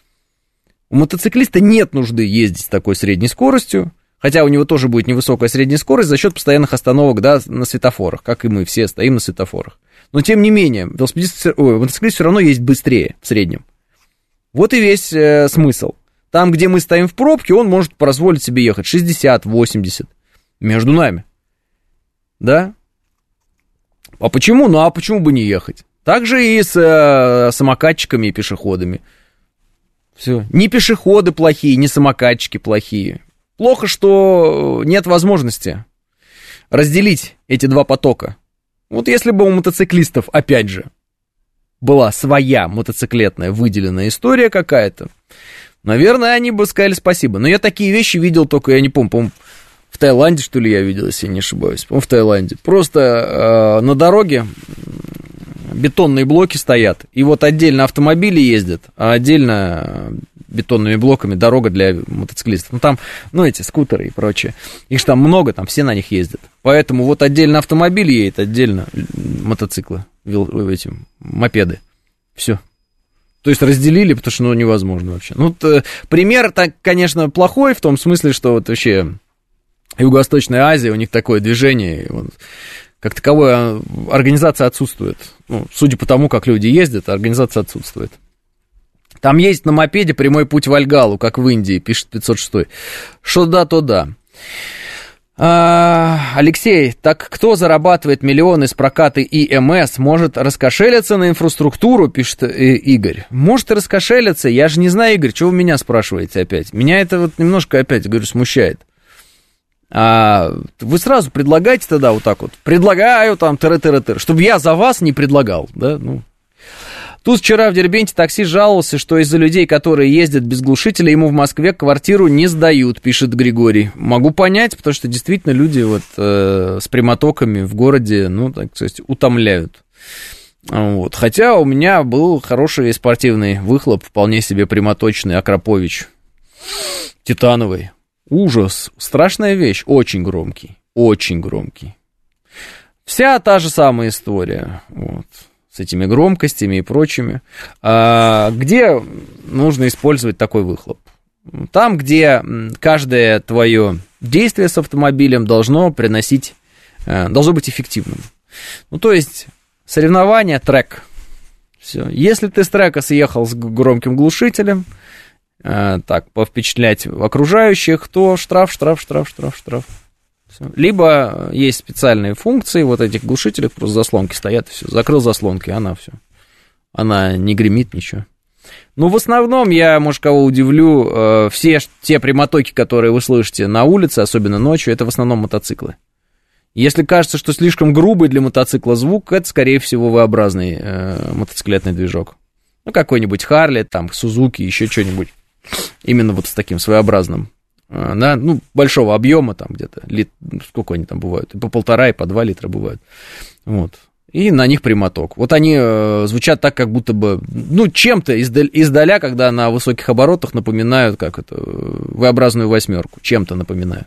У мотоциклиста нет нужды ездить с такой средней скоростью, хотя у него тоже будет невысокая средняя скорость за счет постоянных остановок, да, на светофорах, как и мы все стоим на светофорах. Но, тем не менее, мотоциклист все равно ездит быстрее в среднем. Вот и весь смысл. Там, где мы стоим в пробке, он может позволить себе ехать 60, 80 между нами. Да? А почему? Ну, а почему бы не ехать? Так же и с самокатчиками и пешеходами. Все. Ни пешеходы плохие, ни самокатчики плохие. Плохо, что нет возможности разделить эти два потока. Вот если бы у мотоциклистов, опять же, была своя мотоциклетная выделенная история какая-то, наверное, они бы сказали спасибо. Но я такие вещи видел только, я не помню, по-моему, в Таиланде, что ли, я видел, если я не ошибаюсь. По-моему, в Таиланде. Просто на дороге бетонные блоки стоят, и вот отдельно автомобили ездят, а отдельно бетонными блоками дорога для мотоциклистов. Ну, там, ну, эти скутеры и прочее. Их же там много, там все на них ездят. Поэтому вот отдельно автомобиль едет, отдельно мотоциклы, эти мопеды. Все. То есть разделили, потому что, ну, невозможно вообще. Ну, пример, так, конечно, плохой в том смысле, что вот вообще Юго-Восточная Азия, у них такое движение, вот, как таковая организация отсутствует. Ну, судя по тому, как люди ездят, организация отсутствует. Там есть на мопеде прямой путь в Альгалу, как в Индии, пишет 506. Что да, то да. Алексей, так кто зарабатывает миллионы с проката ИМС, может раскошелиться на инфраструктуру, пишет Игорь. Может и раскошелиться, я же не знаю, Игорь, чего вы меня спрашиваете опять? Меня это вот немножко опять, говорю, смущает. Вы сразу предлагаете тогда вот так вот, предлагаю там тыры-тыры-тыры, чтобы я за вас не предлагал, да, ну. Тут вчера в Дербенте таксист жаловался, что из-за людей, которые ездят без глушителя, ему в Москве квартиру не сдают, пишет Григорий. Могу понять, потому что действительно люди вот с прямотоками в городе, ну, так сказать, утомляют. Вот. Хотя у меня был хороший спортивный выхлоп, вполне себе прямоточный, Акропович, титановый. Ужас, страшная вещь, очень громкий, очень громкий. Вся та же самая история, вот. С этими громкостями и прочими, где нужно использовать такой выхлоп. Там, где каждое твое действие с автомобилем должно быть эффективным. Ну, то есть, соревнование, трек. Все. Если ты с трека съехал с громким глушителем, так, повпечатлять окружающих, то штраф. Либо есть специальные функции вот этих глушителей, просто заслонки стоят, и все, закрыл заслонки, она не гремит, ничего. Ну, в основном, я, может, кого удивлю, все те прямотоки, которые вы слышите на улице, особенно ночью, это в основном мотоциклы. Если кажется, что слишком грубый для мотоцикла звук, это, скорее всего, V-образный мотоциклетный движок. Ну, какой-нибудь Харли, там, Сузуки, еще что-нибудь, именно вот с таким своеобразным. Да, ну, большого объема, там где-то, сколько они там бывают, и по 1,5, и по 2 литра бывают, вот, и на них прямоток. Вот они звучат так, как будто бы, ну, чем-то издаля, когда на высоких оборотах напоминают, как это, V-образную восьмерку, чем-то напоминают.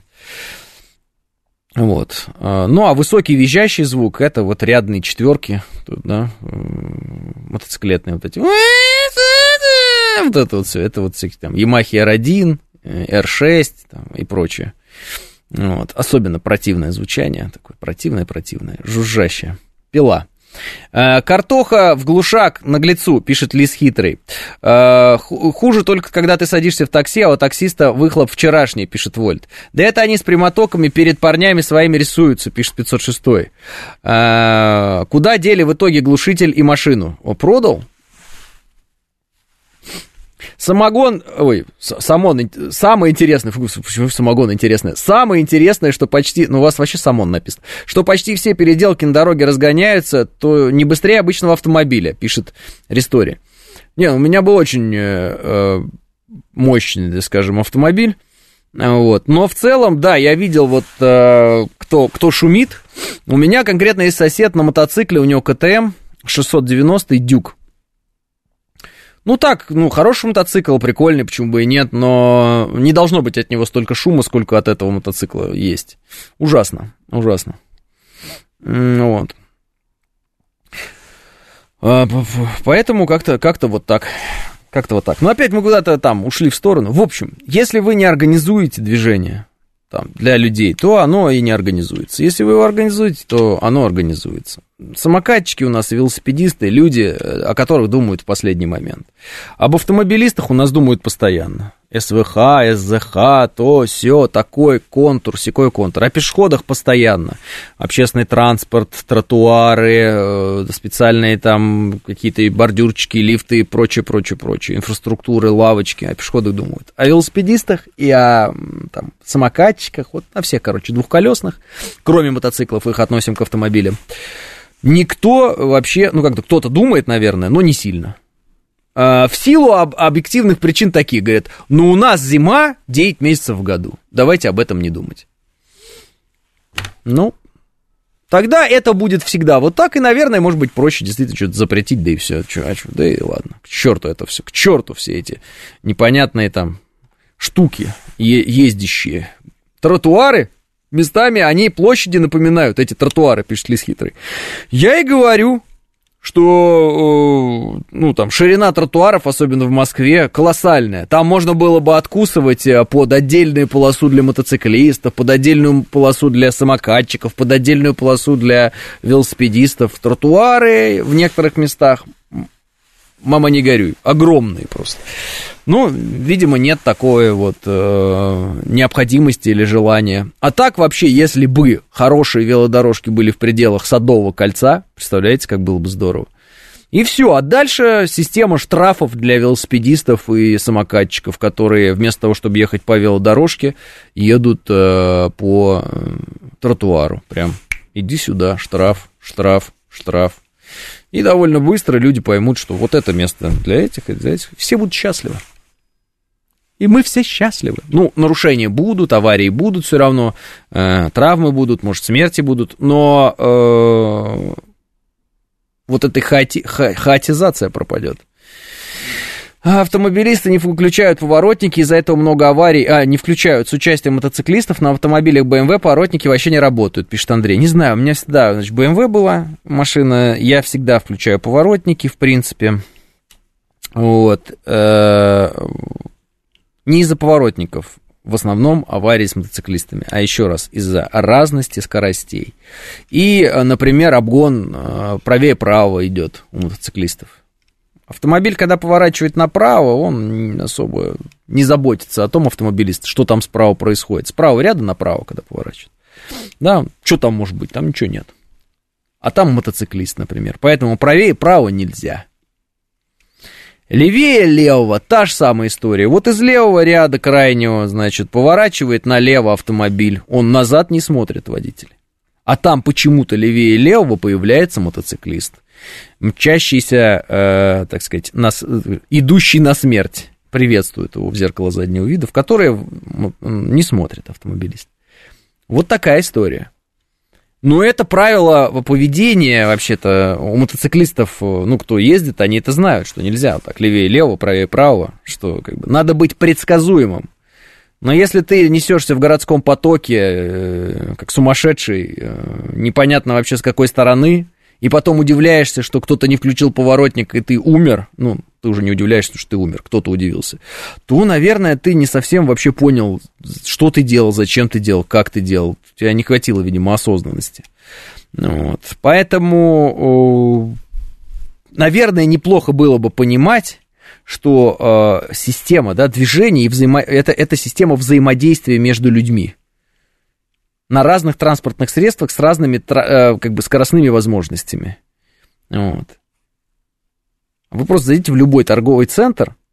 Вот, ну, а высокий визжащий звук, это вот рядные четверки, да, мотоциклетные вот эти, вот это вот все, это вот всякие там Yamaha R1, R6 там, и прочее. Вот. Особенно противное звучание, такое противное, жужжащее. Пила. Картоха в глушак наглецу, пишет Лис Хитрый. Хуже только, когда ты садишься в такси, а у таксиста выхлоп вчерашний, пишет Вольт. Да это они с прямотоками перед парнями своими рисуются, пишет 506. Куда дели в итоге глушитель и машину? Продал? Самогон, самое интересное, почему самогон интересное? Самое интересное, что почти, у вас вообще самон написано, что почти все переделки на дороге разгоняются, то не быстрее обычного автомобиля, пишет Ристори. Не, у меня был очень мощный, скажем, автомобиль, вот, но в целом, да, я видел вот, кто шумит, у меня конкретно есть сосед на мотоцикле, у него КТМ 690 Дюк. Хороший мотоцикл, прикольный, почему бы и нет, но не должно быть от него столько шума, сколько от этого мотоцикла есть. Ужасно. Вот. Поэтому как-то вот так. Но опять мы куда-то там ушли в сторону. В общем, если вы не организуете движение там, для людей, то оно и не организуется. Если вы его организуете, то оно организуется. Самокатчики у нас, велосипедисты, люди, о которых думают в последний момент. Об автомобилистах у нас думают постоянно. СВХ, СЗХ, то, сё, такой контур, сякой контур. О пешеходах постоянно. Общественный транспорт, тротуары, специальные там какие-то бордюрчики, лифты и прочее. Инфраструктуры, лавочки. О пешеходах думают. О велосипедистах и о там, самокатчиках, вот о всех, двухколесных, кроме мотоциклов, их относим к автомобилям. Никто вообще, кто-то думает, наверное, но не сильно. В силу объективных причин таких, говорят, у нас зима 9 месяцев в году, давайте об этом не думать. Тогда это будет всегда вот так, и, наверное, может быть, проще действительно что-то запретить, да и все, да и ладно, к черту это все, к черту все эти непонятные там штуки ездящие. Тротуары, местами они площади напоминают, эти тротуары, пишет Лис Хитрый. Я и говорю, что, ширина тротуаров, особенно в Москве, колоссальная. Там можно было бы откусывать под отдельную полосу для мотоциклистов, под отдельную полосу для самокатчиков, под отдельную полосу для велосипедистов. Тротуары в некоторых местах, мама не горюй, огромные просто. Видимо, нет такой необходимости или желания. А так вообще, если бы хорошие велодорожки были в пределах Садового кольца, представляете, как было бы здорово. И все, а дальше система штрафов для велосипедистов и самокатчиков, которые вместо того, чтобы ехать по велодорожке, едут по тротуару. Прям иди сюда, штраф. И довольно быстро люди поймут, что вот это место для этих, все будут счастливы. И мы все счастливы. Нарушения будут, аварии будут все равно, травмы будут, может, смерти будут, но вот эта хаотизация пропадет. Автомобилисты не включают поворотники, из-за этого много аварий, не включают с участием мотоциклистов, на автомобилях BMW поворотники вообще не работают, пишет Андрей. Не знаю, у меня всегда, BMW была машина, я всегда включаю поворотники, в принципе, вот. Не из-за поворотников, в основном аварии с мотоциклистами, а еще раз, из-за разности скоростей. И, например, обгон правее-право идет у мотоциклистов. Автомобиль, когда поворачивает направо, он особо не заботится о том, автомобилист, что там справа происходит. Справа ряда направо, когда поворачивает. Да, что там может быть? Там ничего нет. А там мотоциклист, например. Поэтому правее-право нельзя. Левее левого, та же самая история. Вот из левого ряда крайнего, поворачивает налево автомобиль. Он назад не смотрит, водитель. А там почему-то левее левого появляется мотоциклист. Мчащийся, идущий на смерть. Приветствует его в зеркало заднего вида, в которое не смотрит автомобилист. Вот такая история. Но это правило поведения, вообще-то, у мотоциклистов, кто ездит, они это знают, что нельзя вот так левее левого, правее правого, что надо быть предсказуемым. Но если ты несешься в городском потоке, как сумасшедший, непонятно вообще с какой стороны, и потом удивляешься, что кто-то не включил поворотник, и ты умер, ты уже не удивляешься, что ты умер, кто-то удивился, то, наверное, ты не совсем вообще понял, что ты делал, зачем ты делал, как ты делал. У тебя не хватило, видимо, осознанности. Вот. Поэтому, наверное, неплохо было бы понимать, что система движения, это система взаимодействия между людьми на разных транспортных средствах с разными скоростными возможностями. Вот. Вы просто зайдите в любой торговый центр,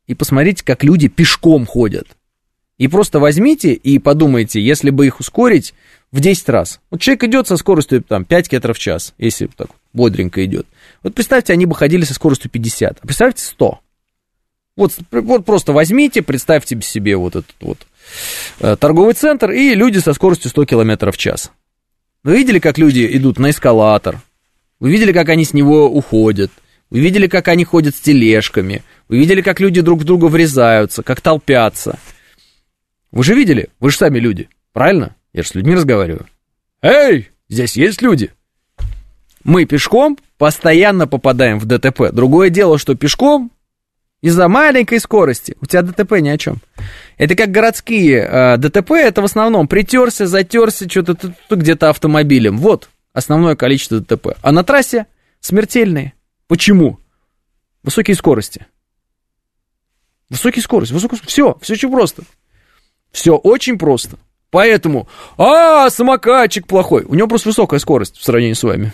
и посмотрите, как люди пешком ходят. И просто возьмите и подумайте, если бы их ускорить в 10 раз. Вот человек идет со скоростью там, 5 км в час, если так бодренько идет. Вот представьте, они бы ходили со скоростью 50, а представьте 100. Вот просто возьмите, представьте себе вот этот вот торговый центр и люди со скоростью 100 км в час. Вы видели, как люди идут на эскалатор? Вы видели, как они с него уходят? Вы видели, как они ходят с тележками? Вы видели, как люди друг в друга врезаются, как толпятся? Вы же видели? Вы же сами люди, правильно? Я же с людьми разговариваю. Эй, здесь есть люди. Мы пешком постоянно попадаем в ДТП. Другое дело, что пешком из-за маленькой скорости у тебя ДТП ни о чем. Это как городские ДТП, это в основном притерся, затерся, что-то где-то автомобилем. Вот основное количество ДТП. А на трассе смертельные. Почему? Высокие скорости. Высокие скорости. Все очень просто. Все очень просто. Поэтому, самокатчик плохой. У него просто высокая скорость в сравнении с вами.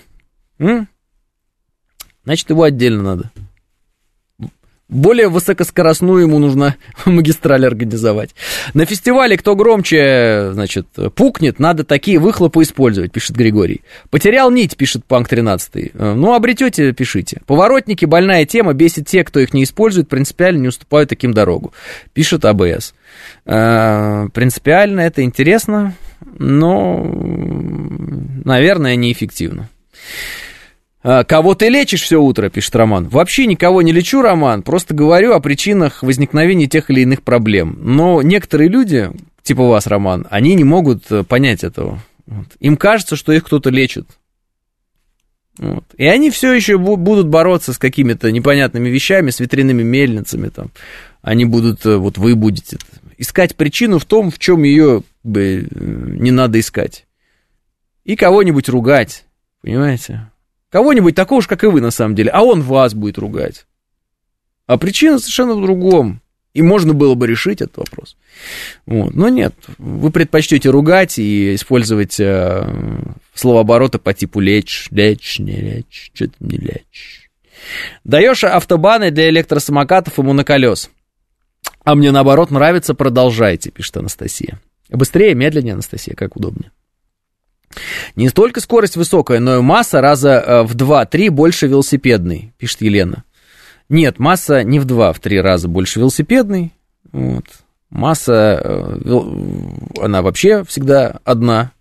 Значит, его отдельно надо. Более высокоскоростную ему нужно магистраль организовать. На фестивале кто громче, значит, пукнет, надо такие выхлопы использовать, пишет Григорий. Потерял нить, пишет Панк 13. Ну, обретете, пишите. Поворотники, больная тема, бесит те, кто их не использует, принципиально не уступают таким дорогу, пишет АБС. Принципиально это интересно, но, наверное, неэффективно. Кого ты лечишь все утро, пишет Роман. Вообще никого не лечу, Роман, просто говорю о причинах возникновения тех или иных проблем. Но некоторые люди, типа вас, Роман, они не могут понять этого. Вот. Им кажется, что их кто-то лечит. Вот. И они все еще будут бороться с какими-то непонятными вещами, с ветряными мельницами. Там. Они будут, вот вы будете искать причину в том, в чем ее не надо искать. И кого-нибудь ругать, понимаете? Кого-нибудь такого же, как и вы, на самом деле. А он вас будет ругать. А причина совершенно в другом. И можно было бы решить этот вопрос. Вот. Но нет. Вы предпочтете ругать и использовать словообороты по типу лечь, не лечь, что-то не лечь. Даешь автобаны для электросамокатов и моноколес. А мне, наоборот, нравится, продолжайте, пишет Анастасия. Быстрее, медленнее, Анастасия, как удобнее. Не столько скорость высокая, но и масса раза в 2-3 больше велосипедной, пишет Елена. Нет, масса не в 2-3 раза больше велосипедной. Вот. Масса, она вообще всегда одна.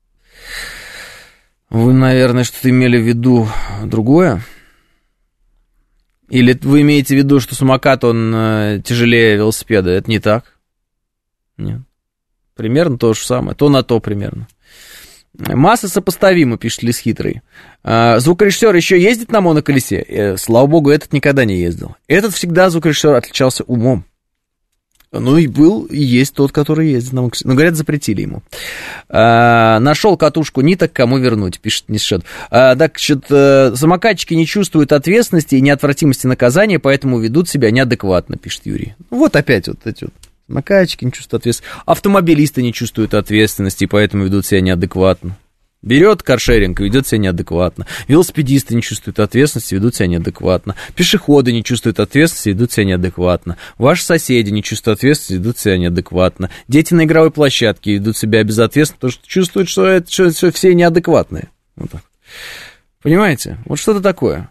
Вы, наверное, что-то имели в виду другое? Или вы имеете в виду, что самокат, он тяжелее велосипеда? Это не так? Нет. Примерно то же самое, то на то примерно. Масса сопоставима, пишет Лис Хитрый. Звукорежиссер еще ездит на моноколесе? Слава богу, этот никогда не ездил. Этот всегда звукорежиссер отличался умом. Ну и был, и есть тот, который ездит на моноколесе. Но, говорят, запретили ему. Нашел катушку ниток, кому вернуть, пишет Нисшед. Так, самокатчики не чувствуют ответственности и неотвратимости наказания, поэтому ведут себя неадекватно, пишет Юрий. Вот опять вот эти вот. Самокатчики не чувствуют ответственности, автомобилисты не чувствуют ответственности, поэтому ведут себя неадекватно. Берет каршеринг, ведет себя неадекватно. Велосипедисты не чувствуют ответственности, ведут себя неадекватно. Пешеходы не чувствуют ответственности, ведут себя неадекватно. Ваши соседи не чувствуют ответственности, ведут себя неадекватно. Дети на игровой площадке ведут себя безответственно, потому что чувствуют, что все неадекватные. Вот так. Понимаете? Вот что-то такое.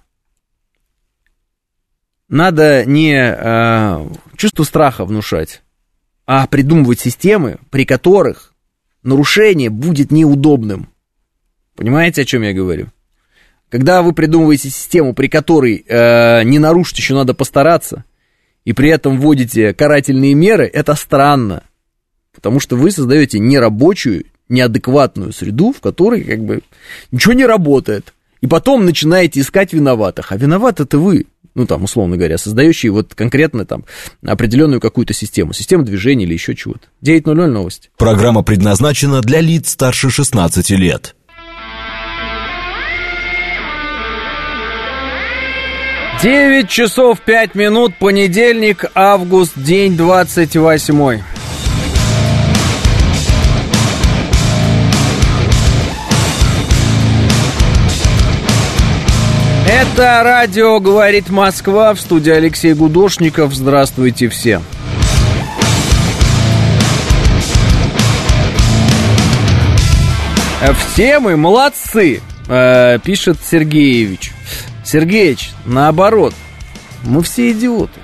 Надо не чувство страха внушать, а придумывать системы, при которых нарушение будет неудобным. Понимаете, о чем я говорю? Когда вы придумываете систему, при которой не нарушить еще надо постараться, и при этом вводите карательные меры, это странно. Потому что вы создаете нерабочую, неадекватную среду, в которой как бы ничего не работает. И потом начинаете искать виноватых. А виноват это вы. Ну, там, условно говоря, создающие вот конкретно там определенную какую-то систему движения или еще чего-то. 9:00 новости. Программа предназначена для лиц старше 16 лет. 9 часов 5 минут, понедельник, август, день 28. Это радио «Говорит Москва», в студии Алексей Гудошников. Здравствуйте все. Все мы молодцы, пишет Сергеевич. Сергеич, наоборот, мы все идиоты.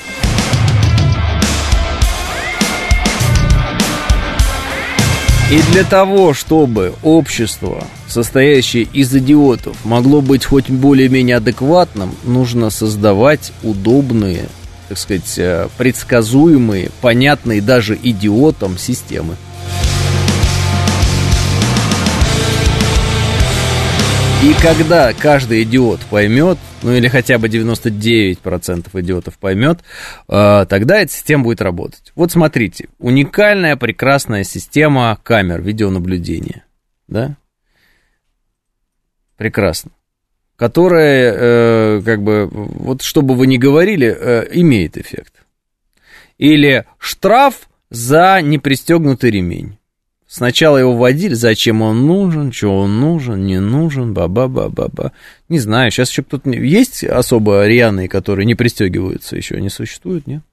И для того, чтобы общество, состоящее из идиотов, могло быть хоть более-менее адекватным, нужно создавать удобные, так сказать, предсказуемые, понятные даже идиотам системы. И когда каждый идиот поймет, ну или хотя бы 99% идиотов поймет, тогда эта система будет работать. Вот смотрите, уникальная, прекрасная система камер видеонаблюдения, да? Прекрасно. Которая, как бы, вот что бы вы ни говорили, имеет эффект. Или штраф за непристегнутый ремень. Сначала его вводили, зачем он нужен, что он нужен, не нужен, ба-ба-ба-ба-ба. Не знаю, сейчас еще кто-то... Есть особо рьяные, которые не пристегиваются, еще не существуют, нет?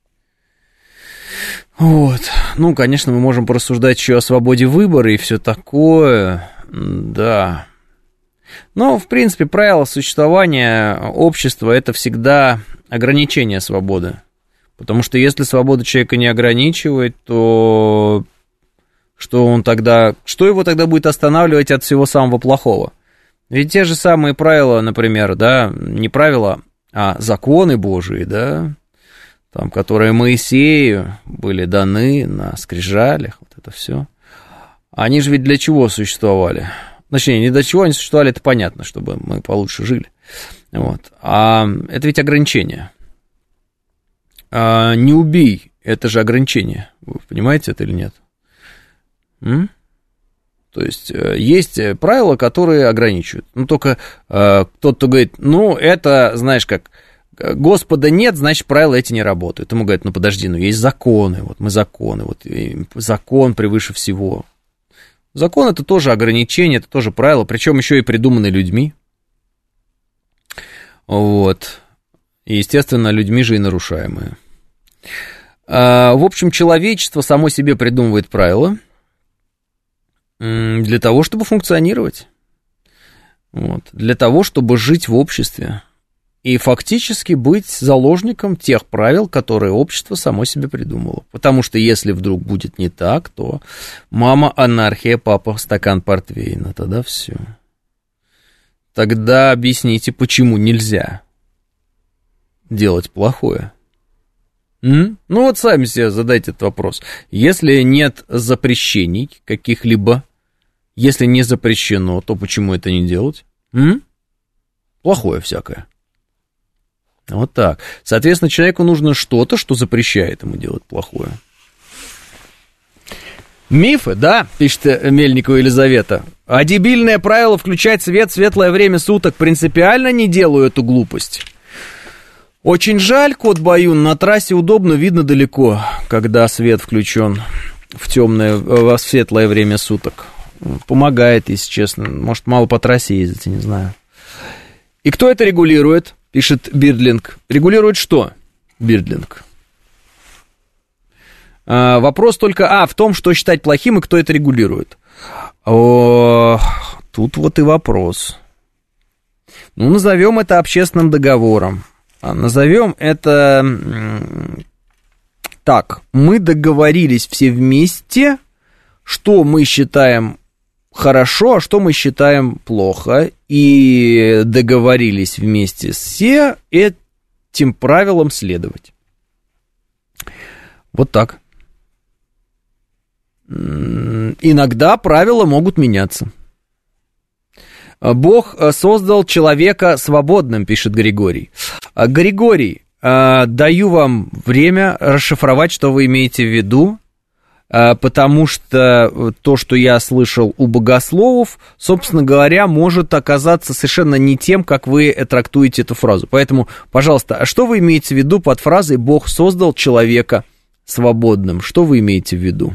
Вот. Ну, конечно, мы можем порассуждать еще о свободе выбора и все такое, да. Но, в принципе, правило существования общества – это всегда ограничение свободы. Потому что если свободу человека не ограничивать, то... Что его тогда будет останавливать от всего самого плохого? Ведь те же самые правила, например, да, не правила, а законы Божии, да, там, которые Моисею были даны на скрижалях, вот это все. Они же ведь для чего существовали? Точнее, не для чего они существовали, это понятно, чтобы мы получше жили. Вот. А это ведь ограничение. Не убей, это же ограничение. Вы понимаете это или нет? То есть правила, которые ограничивают. Ну, только кто-то говорит, ну, это, знаешь, как Господа нет, значит, правила эти не работают. Ему говорят, ну, подожди, ну, есть законы, вот мы законы, вот закон превыше всего. Закон — это тоже ограничение, это тоже правила, причем еще и придуманы людьми. Вот. И, естественно, людьми же и нарушаемые. В общем, человечество само себе придумывает правила для того, чтобы функционировать, вот, для того, чтобы жить в обществе и фактически быть заложником тех правил, которые общество само себе придумало. Потому что если вдруг будет не так, то мама анархия, папа стакан портвейна, тогда все. Тогда объясните, почему нельзя делать плохое. Ну вот сами себе задайте этот вопрос. Если нет запрещений каких-либо, если не запрещено, то почему это не делать? Плохое всякое. Вот так. Соответственно, человеку нужно что-то, что запрещает ему делать плохое. Мифы, да, пишет Мельникова Елизавета. А дебильное правило включать свет в светлое время суток принципиально не делаю эту глупость. Очень жаль, кот Баюн, на трассе удобно, видно далеко, когда свет включен в светлое время суток. Помогает, если честно. Может, мало по трассе ездите, не знаю. И кто это регулирует, пишет Бирдлинг. Регулирует что, Бирдлинг? Вопрос только, в том, что считать плохим и кто это регулирует. Тут вот и вопрос. Ну, назовем это общественным договором. Назовем это так. Мы договорились все вместе, что мы считаем хорошо, а что мы считаем плохо. И договорились вместе все этим правилам следовать. Вот так. Иногда правила могут меняться. Бог создал человека свободным, пишет Григорий. Григорий, даю вам время расшифровать, что вы имеете в виду, потому что то, что я слышал у богословов, собственно говоря, может оказаться совершенно не тем, как вы трактуете эту фразу. Поэтому, пожалуйста, а что вы имеете в виду под фразой «Бог создал человека свободным»? Что вы имеете в виду?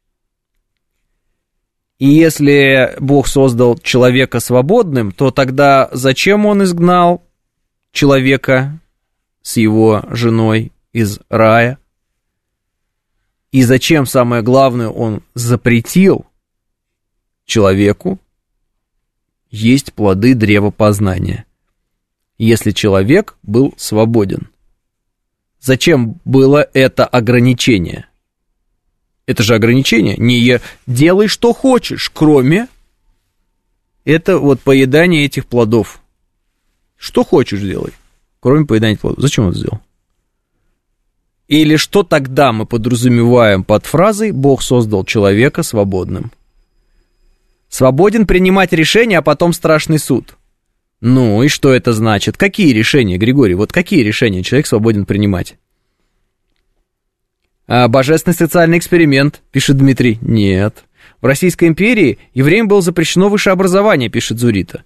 И если Бог создал человека свободным, то тогда зачем он изгнал человека с его женой из рая? И зачем, самое главное, он запретил человеку есть плоды древа познания, если человек был свободен? Зачем было это ограничение? Это же ограничение. Не делай, что хочешь, кроме это вот поедания этих плодов. Что хочешь делай, кроме поедания плодов. Зачем он это сделал? Или что тогда мы подразумеваем под фразой «Бог создал человека свободным»? Свободен принимать решения, а потом страшный суд. Ну и что это значит? Какие решения, Григорий? Вот какие решения человек свободен принимать? Божественный социальный эксперимент, пишет Дмитрий. Нет. В Российской империи евреям было запрещено высшее образование, пишет Зурита.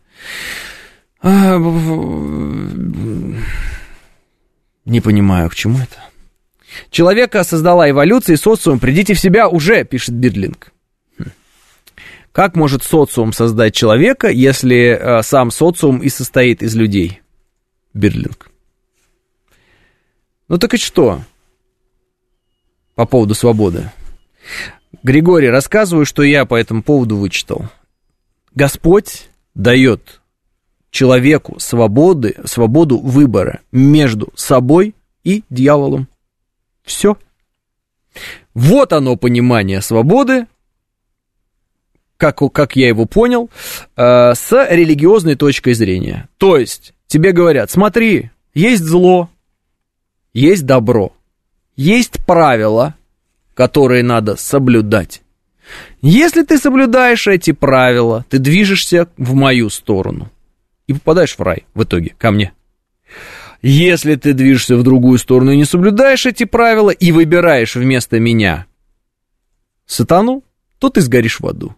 Не понимаю, к чему это. Человека создала эволюция и социум. Придите в себя уже, пишет Бирлинг. Как может социум создать человека, если сам социум и состоит из людей? Бирлинг. Ну так и что? По поводу свободы. Григорий, рассказываю, что я по этому поводу вычитал. Господь дает человеку свободу выбора между собой и дьяволом. Все. Вот оно понимание свободы, как я его понял, с религиозной точкой зрения. То есть тебе говорят, смотри, есть зло, есть добро, есть правила, которые надо соблюдать. Если ты соблюдаешь эти правила, ты движешься в мою сторону и попадаешь в рай в итоге, ко мне. Если ты движешься в другую сторону и не соблюдаешь эти правила и выбираешь вместо меня сатану, то ты сгоришь в аду.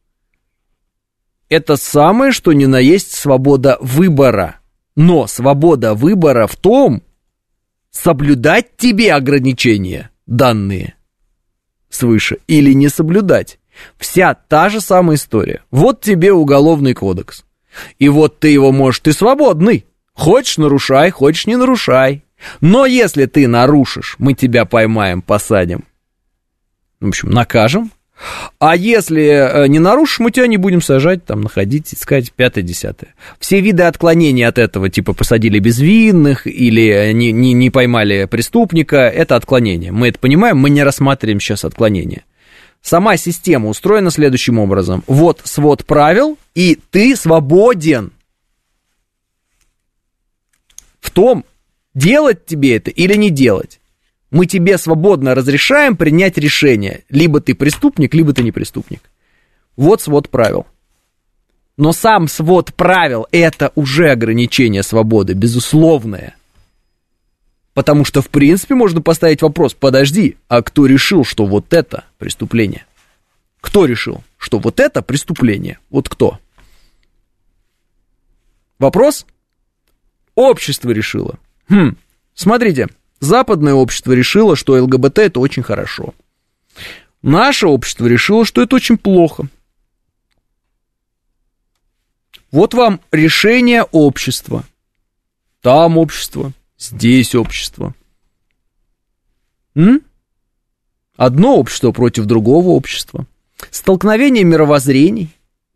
Это самое, что ни на есть свобода выбора. Но свобода выбора в том, соблюдать тебе ограничения, данные свыше, или не соблюдать. Вся та же самая история. Вот тебе уголовный кодекс. И вот ты его можешь, ты свободный. Хочешь, нарушай, хочешь, не нарушай. Но если ты нарушишь, мы тебя поймаем, посадим. В общем, накажем. А если не нарушишь, мы тебя не будем сажать, там, находить, искать, 5-10. Все виды отклонений от этого, типа посадили безвинных или не поймали преступника, это отклонение. Мы это понимаем, мы не рассматриваем сейчас отклонения. Сама система устроена следующим образом. Вот свод правил, и ты свободен в том, делать тебе это или не делать. Мы тебе свободно разрешаем принять решение. Либо ты преступник, либо ты не преступник. Вот свод правил. Но сам свод правил – это уже ограничение свободы, безусловное. Потому что, в принципе, можно поставить вопрос, подожди, а кто решил, что вот это преступление? Кто решил, что вот это преступление? Вот кто? Вопрос? Общество решило. Смотрите, западное общество решило, что ЛГБТ это очень хорошо. Наше общество решило, что это очень плохо. Вот вам решение общества. Там общество, здесь общество. Одно общество против другого общества. Столкновение мировоззрений.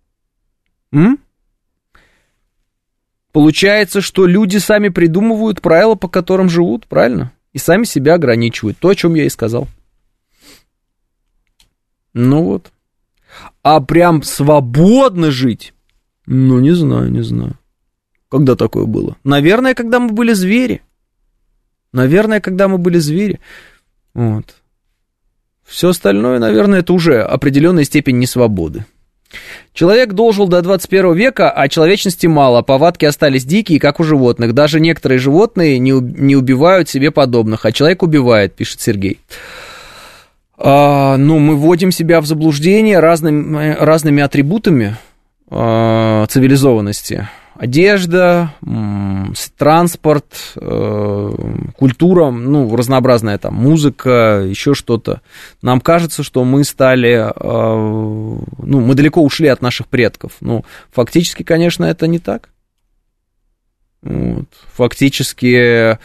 Получается, что люди сами придумывают правила, по которым живут, правильно? И сами себя ограничивают. То, о чем я и сказал. Ну вот. А прям свободно жить? Ну, не знаю. Когда такое было? Наверное, когда мы были звери. Вот. Все остальное, наверное, это уже определенная степень несвободы. Человек дожил до 21 века, а человечности мало, повадки остались дикие, как у животных. Даже некоторые животные не убивают себе подобных, а человек убивает, пишет Сергей. Мы вводим себя в заблуждение разными атрибутами цивилизованности. Одежда, транспорт, культура, разнообразная там музыка, еще что-то. Нам кажется, что мы стали, мы далеко ушли от наших предков. Фактически, конечно, это не так. Вот. Фактически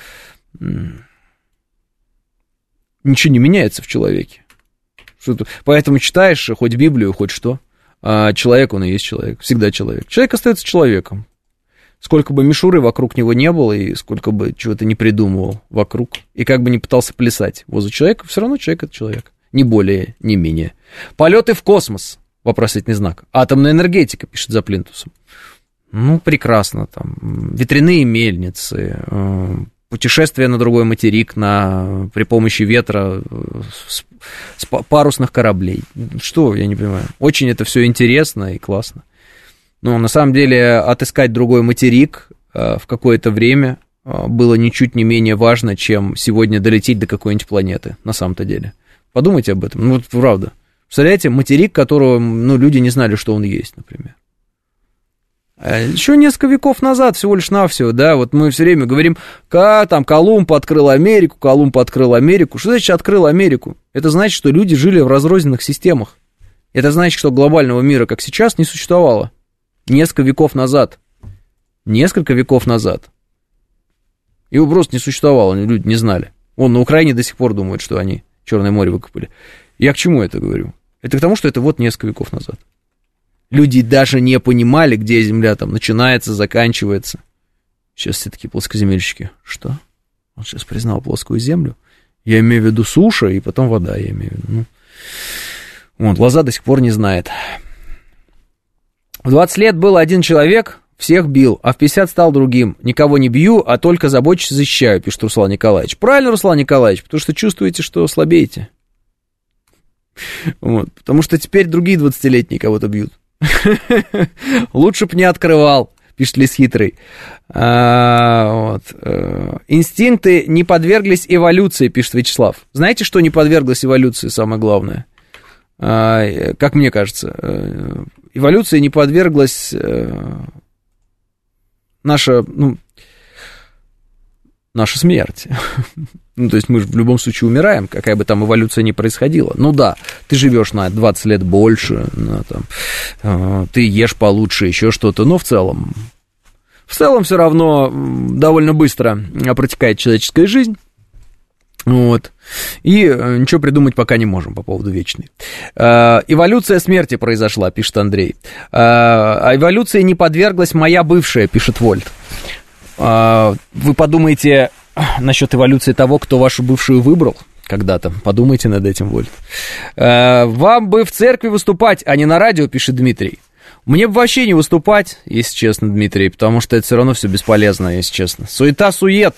ничего не меняется в человеке. Поэтому читаешь хоть Библию, хоть что, а человек, он и есть человек, всегда человек. Человек остается человеком. Сколько бы мишуры вокруг него не было, и сколько бы чего-то не придумывал вокруг, и как бы не пытался плясать возле человека, все равно человек — это человек. Не более, не менее. Полеты в космос, вопросительный знак. Атомная энергетика, пишет за плинтусом. Ну, прекрасно, там, ветряные мельницы, путешествие на другой материк при помощи ветра с парусных кораблей. Что, я не понимаю. Очень это все интересно и классно. Но на самом деле отыскать другой материк в какое-то время было ничуть не менее важно, чем сегодня долететь до какой-нибудь планеты, на самом-то деле. Подумайте об этом. Ну, вот правда. Представляете, материк, которого люди не знали, что он есть, например. Еще несколько веков назад, всего лишь навсего, да, вот мы все время говорим, там Колумб открыл Америку. Что значит открыл Америку? Это значит, что люди жили в разрозненных системах. Это значит, что глобального мира, как сейчас, не существовало. Несколько веков назад. Его просто не существовало, люди не знали. На Украине до сих пор думают, что они Черное море выкопали. Я к чему это говорю? Это к тому, что это вот несколько веков назад. Люди даже не понимали, где Земля там начинается, заканчивается. Сейчас все такие плоскоземельщики. Что? Он сейчас признал плоскую Землю? Я имею в виду суша и потом вода, я имею в виду. Лоза до сих пор не знает. В 20 лет был один человек, всех бил, а в 50 стал другим. Никого не бью, а только забочусь и защищаю, пишет Руслан Николаевич. Правильно, Руслан Николаевич, потому что чувствуете, что слабеете. Потому что теперь другие 20-летние кого-то бьют. Лучше б не открывал, пишет Лис Хитрый. Инстинкты не подверглись эволюции, пишет Вячеслав. Знаете, что не подверглось эволюции, самое главное? Как мне кажется, эволюции не подверглась наша смерть. То есть мы же в любом случае умираем, какая бы там эволюция ни происходила. Да, ты живешь на 20 лет больше, ты ешь получше, еще что-то, но в целом все равно довольно быстро протекает человеческая жизнь. И ничего придумать пока не можем по поводу вечной. Эволюция смерти произошла, пишет Андрей. А эволюции не подверглась моя бывшая, пишет Вольт. Вы подумайте насчет эволюции того, кто вашу бывшую выбрал когда-то. Подумайте над этим, Вольт. Вам бы в церкви выступать, а не на радио, пишет Дмитрий. Мне бы вообще не выступать, если честно, Дмитрий, потому что это все равно все бесполезно, если честно. Суета-сует.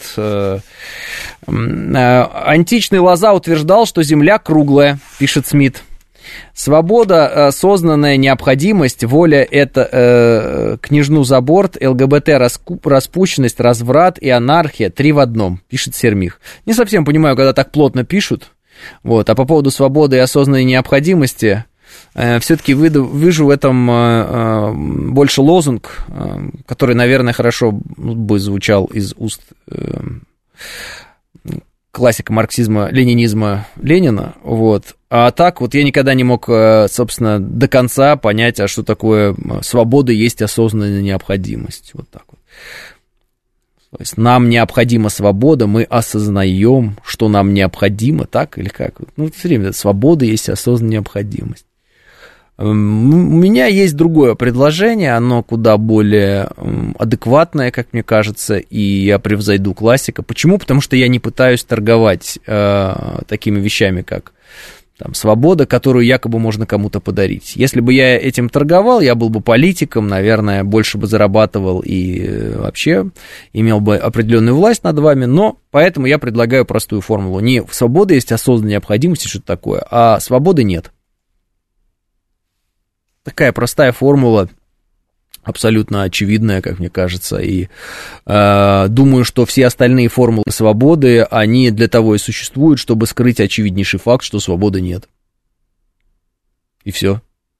Античный Лоза утверждал, что Земля круглая, пишет Смит. Свобода, осознанная необходимость, воля — это княжну за борт, ЛГБТ, распущенность, разврат и анархия — 3 в одном, пишет Сермих. Не совсем понимаю, когда так плотно пишут. А по поводу свободы и осознанной необходимости, все-таки вижу в этом больше лозунг, который, наверное, хорошо бы звучал из уст классика марксизма, ленинизма Ленина, А так я никогда не мог, собственно, до конца понять, а что такое свобода есть осознанная необходимость. Так вот. То есть нам необходима свобода, мы осознаем, что нам необходимо, так или как? Все время свобода есть осознанная необходимость. У меня есть другое предложение, оно куда более адекватное, как мне кажется, и я превзойду классика. Почему? Потому что я не пытаюсь торговать такими вещами, как свобода, которую якобы можно кому-то подарить. Если бы я этим торговал, я был бы политиком, наверное, больше бы зарабатывал и вообще имел бы определенную власть над вами, но поэтому я предлагаю простую формулу. Не свобода есть осознанная необходимость, что-то такое, а свободы нет. Такая простая формула, абсолютно очевидная, как мне кажется, и думаю, что все остальные формулы свободы, они для того и существуют, чтобы скрыть очевиднейший факт, что свободы нет. И все.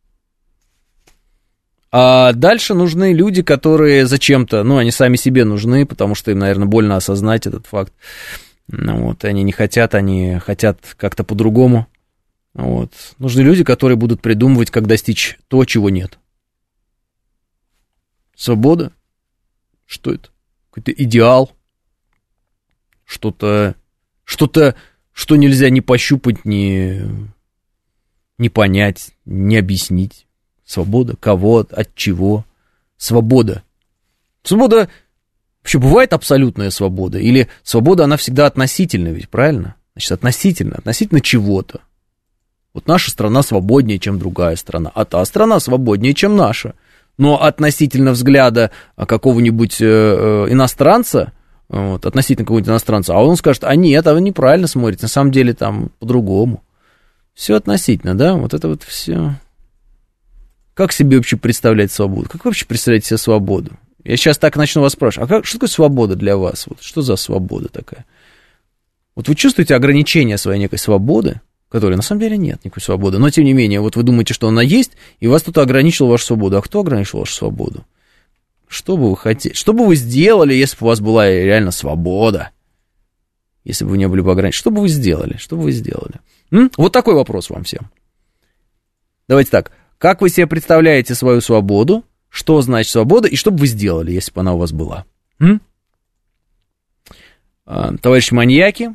А дальше нужны люди, которые зачем-то, они сами себе нужны, потому что им, наверное, больно осознать этот факт. Они не хотят, они хотят как-то по-другому. Нужны люди, которые будут придумывать, как достичь то, чего нет. Свобода? Что это? какой-то идеал, что-то, что нельзя ни пощупать, ни понять, ни объяснить. Свобода, кого, от чего? Свобода. Свобода, вообще бывает абсолютная свобода? Или свобода, она всегда относительна, ведь, правильно? Значит, относительно чего-то. Вот наша страна свободнее, чем другая страна, а та страна свободнее, чем наша. Но относительно взгляда какого-нибудь иностранца, вот, относительно какого-нибудь иностранца, а он скажет, а нет, а вы неправильно смотрите, на самом деле там по-другому. Все относительно, да, вот это вот все. Как себе вообще представлять свободу? Как вы вообще представляете себе свободу? Я сейчас так начну вас спрашивать, а что такое свобода для вас? Вот, что за свобода такая? Вот вы чувствуете ограничение своей некой свободы, которой на самом деле нет никакой свободы, но тем не менее, вот вы думаете, что она есть, и вас кто-то ограничил вашу свободу. А кто ограничил вашу свободу? Что бы вы хотели? Что бы вы сделали, если бы у вас была реально свобода? Если бы вы не были бы ограничены? Что бы вы сделали? Что бы вы сделали? Вот такой вопрос вам всем. Давайте так. Как вы себе представляете свою свободу? Что значит свобода? И что бы вы сделали, если бы она у вас была? Товарищи маньяки,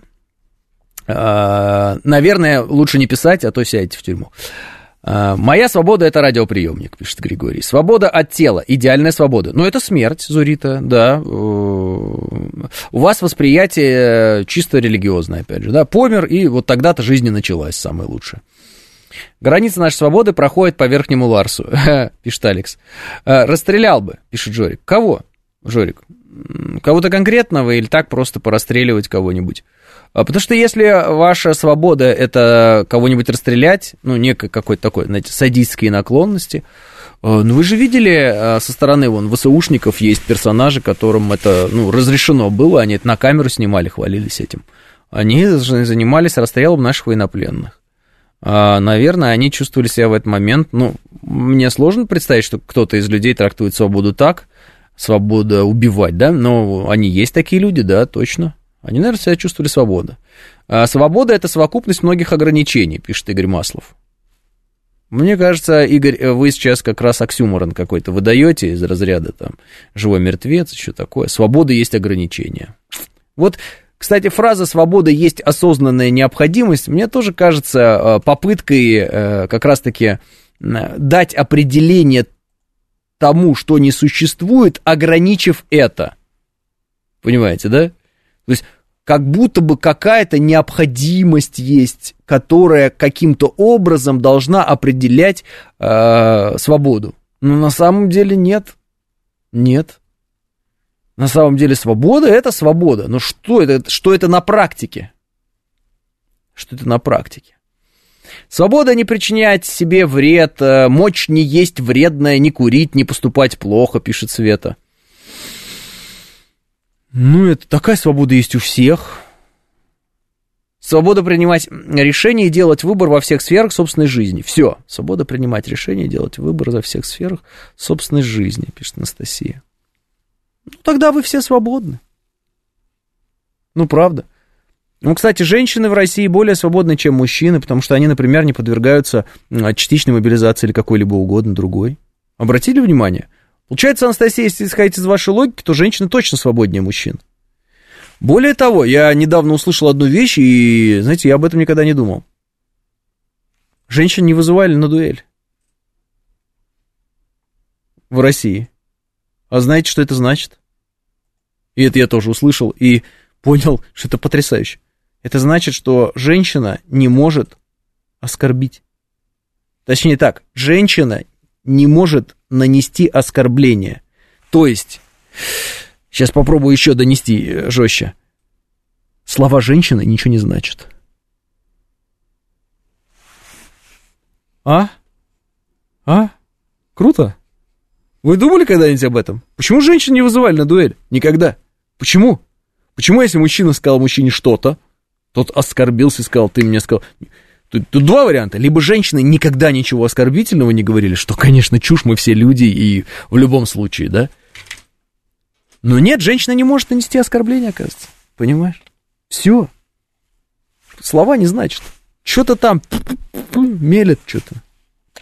наверное, лучше не писать, а то сядете в тюрьму. Моя свобода — это радиоприемник, пишет Григорий. Свобода от тела, идеальная свобода. Ну, это смерть, Зурита, да. У вас восприятие чисто религиозное, опять же, да. Помер, и вот тогда-то жизнь и началась, самое лучшее. Граница нашей свободы проходит по верхнему Ларсу, пишет Алекс. Расстрелял бы, пишет Жорик. Кого, Жорик? Кого-то конкретного или так просто порастреливать кого-нибудь? Потому что если ваша свобода — это кого-нибудь расстрелять, ну, некой какой-то такой, знаете, садистские наклонности, ну, вы же видели со стороны, вон, ВСУшников есть персонажи, которым это, ну, разрешено было, они это на камеру снимали, хвалились этим. Они занимались расстрелом наших военнопленных. Наверное, они чувствовали себя в этот момент, ну, мне сложно представить, что кто-то из людей трактует свободу так, свобода убивать, да, но они есть такие люди, да, точно. Они, наверное, себя чувствовали свободу. Свобода — это совокупность многих ограничений, пишет Игорь Маслов. Мне кажется, Игорь, вы сейчас как раз оксюморон какой-то выдаете из разряда там живой мертвец, еще такое. Свобода есть ограничения. Вот, кстати, фраза «свобода есть осознанная необходимость» мне тоже кажется попыткой как раз-таки дать определение тому, что не существует, ограничив это. Понимаете, да? То есть, как будто бы какая-то необходимость есть, которая каким-то образом должна определять свободу. Но на самом деле нет. Нет. На самом деле свобода — это свобода. Но что это на практике? Что это на практике? Свобода не причинять себе вред, мочь не есть вредное, не курить, не поступать плохо, пишет Света. Ну, это такая свобода есть у всех. Свобода принимать решения и делать выбор во всех сферах собственной жизни. Все. Свобода принимать решения и делать выбор во всех сферах собственной жизни, пишет Анастасия. Ну, тогда вы все свободны. Ну, правда. Ну, кстати, женщины в России более свободны, чем мужчины, потому что они, например, не подвергаются частичной мобилизации или какой-либо угодно другой. Обратили внимание? Получается, Анастасия, если исходить из вашей логики, то женщины точно свободнее мужчин. Более того, я недавно услышал одну вещь, и, знаете, я об этом никогда не думал. Женщин не вызывали на дуэль в России. А знаете, что это значит? И это я тоже услышал и понял, что это потрясающе. Это значит, что женщина не может оскорбить. Точнее так, женщина не может нанести оскорбление. То есть, сейчас попробую еще донести жестче. Слова женщины ничего не значат. Круто? Вы думали когда-нибудь об этом? Почему женщин не вызывали на дуэль? Никогда. Почему? Почему, если мужчина сказал мужчине что-то, тот оскорбился и сказал, ты мне сказал... Тут два варианта. Либо женщины никогда ничего оскорбительного не говорили, что, конечно, чушь, мы все люди, и в любом случае, да? Но нет, женщина не может нанести оскорбление, оказывается. Понимаешь? Все. Слова не значат. Что-то там мелет, что-то.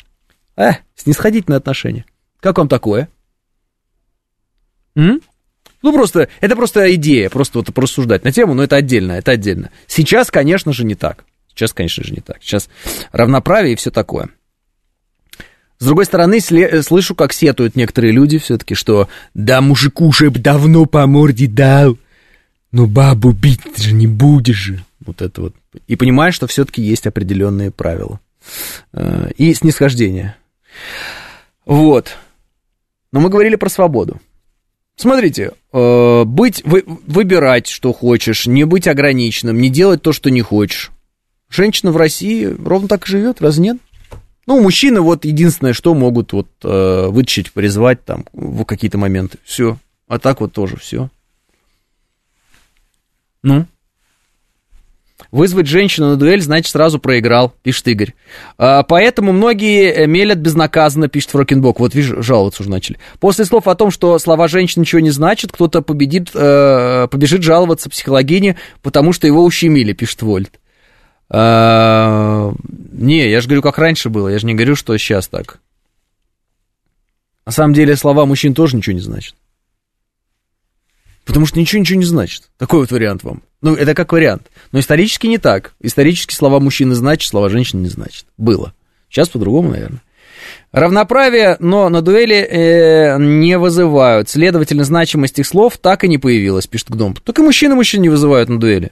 Снисходительное отношение. Как вам такое? Это просто идея, просто вот порассуждать на тему, но это отдельно. Сейчас, конечно же, не так. Сейчас равноправие и все такое. С другой стороны, слышу, как сетуют некоторые люди все-таки, что да, мужику уже давно по морде дал, но бабу бить ты же не будешь же. Вот это вот. И понимаю, что все-таки есть определенные правила. И снисхождение. Вот. Но мы говорили про свободу. Смотрите, выбирать, что хочешь, не быть ограниченным, не делать то, что не хочешь. Женщина в России ровно так и живет, разве нет? Ну, мужчины вот единственное, что могут вот вытащить, призвать там в какие-то моменты. Все. А так вот тоже все. Ну? Вызвать женщину на дуэль, значит, сразу проиграл, пишет Игорь. Поэтому многие мелят безнаказанно, пишет Фрокенбок. Вот, видишь, жаловаться уже начали. После слов о том, что слова женщин ничего не значат, кто-то побежит жаловаться психологине, потому что его ущемили, пишет Вольт. Не, я же говорю, как раньше было, я же не говорю, что сейчас так. На самом деле слова мужчин тоже ничего не значат. Потому что ничего не значит. Такой вот вариант вам. Ну, это как вариант. Но исторически не так. Исторически слова мужчины значат, слова женщины не значат. Было. Сейчас по-другому, наверное. Равноправие, но на дуэли не вызывают. Следовательно, значимость их слов так и не появилась, пишет Гном. Только мужчин не вызывают на дуэли.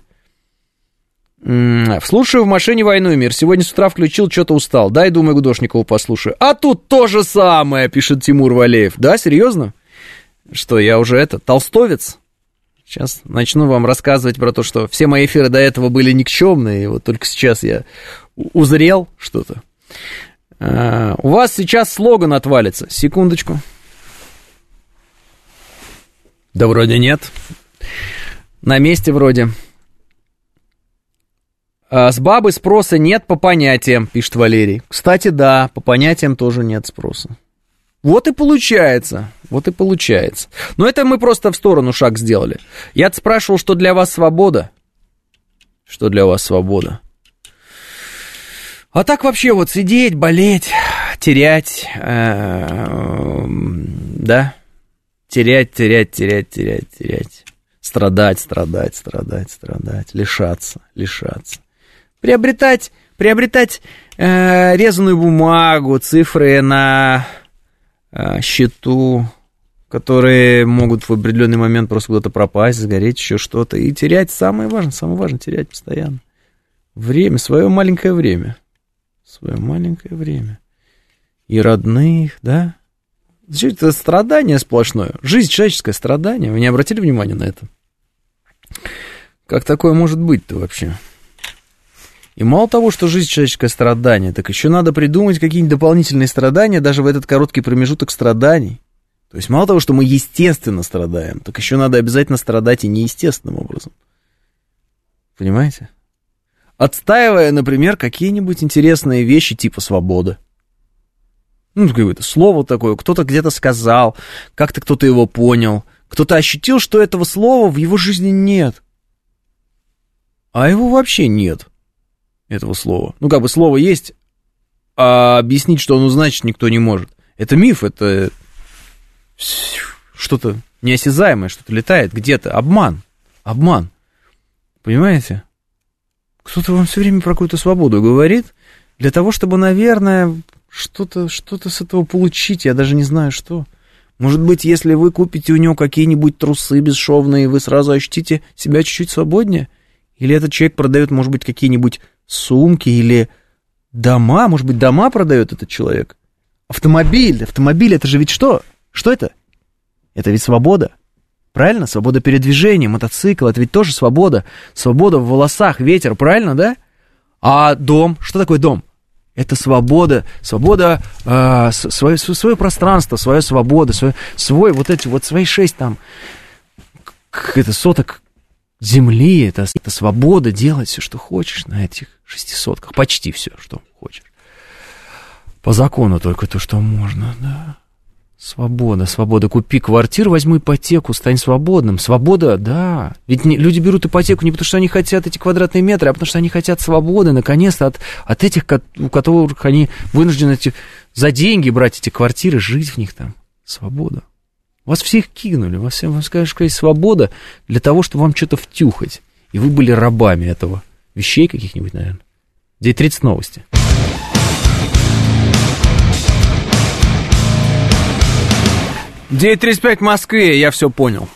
Слушаю в машине «Войну и мир». Сегодня с утра включил, что-то устал. Дай, думаю, Гудошникову послушаю. А тут то же самое, пишет Тимур Валеев. Да, серьезно? Что, я уже толстовец? Сейчас начну вам рассказывать про то, что все мои эфиры до этого были никчемные, и вот только сейчас я узрел что-то. У вас сейчас слоган отвалится. Секундочку. Да вроде нет. На месте вроде. С бабы спроса нет по понятиям, пишет Валерий. Кстати, да, по понятиям тоже нет спроса. Вот и получается. Но это мы просто в сторону шаг сделали. Я-то спрашивал, что для вас свобода? Что для вас свобода? А так вообще вот сидеть, болеть, терять, да? Терять. Страдать, лишаться. Приобретать резаную бумагу, цифры на счету, которые могут в определенный момент просто куда-то пропасть, сгореть, еще что-то. И терять самое важное терять постоянно. Время, свое маленькое время. И родных, да? Это страдание сплошное. Жизнь человеческое страдание. Вы не обратили внимания на это? Как такое может быть-то вообще? И мало того, что жизнь человеческое страдание, так еще надо придумать какие-нибудь дополнительные страдания даже в этот короткий промежуток страданий. То есть мало того, что мы естественно страдаем, так еще надо обязательно страдать и неестественным образом. Понимаете? Отстаивая, например, какие-нибудь интересные вещи типа свободы. Ну, какое-то слово такое, кто-то где-то сказал, как-то кто-то его понял, кто-то ощутил, что этого слова в его жизни нет. А его вообще нет, этого слова. Ну, как бы слово есть, а объяснить, что оно значит, никто не может. Это миф, это что-то неосязаемое, что-то летает где-то. Обман. Понимаете? Кто-то вам все время про какую-то свободу говорит, для того, чтобы, наверное, что-то с этого получить, я даже не знаю, что. Может быть, если вы купите у него какие-нибудь трусы бесшовные, вы сразу ощутите себя чуть-чуть свободнее? Или этот человек продает, может быть, какие-нибудь сумки или дома? Может быть, дома продает этот человек? Автомобиль, это же ведь что? Что это? Это ведь свобода. Правильно? Свобода передвижения, мотоцикл, это ведь тоже свобода. Свобода в волосах, ветер, правильно, да? А дом, что такое дом? Это свобода, свое пространство, своя свобода, свой вот эти вот свои 6 там, это соток земли, это свобода делать все, что хочешь на этих 6 сотках, почти все, что хочешь. По закону только то, что можно, да. Свобода. Купи квартиру, возьми ипотеку, стань свободным. Свобода, да. Ведь люди берут ипотеку не потому, что они хотят эти квадратные метры, а потому, что они хотят свободы, наконец-то, от этих, у которых они вынуждены за деньги брать эти квартиры, жить в них там. Свобода. Вас всех кинули, вам сказали, что есть свобода для того, чтобы вам что-то втюхать. И вы были рабами этого. Вещей каких-нибудь, наверное. 9:30 новости. «9:35 в Москве», я все понял.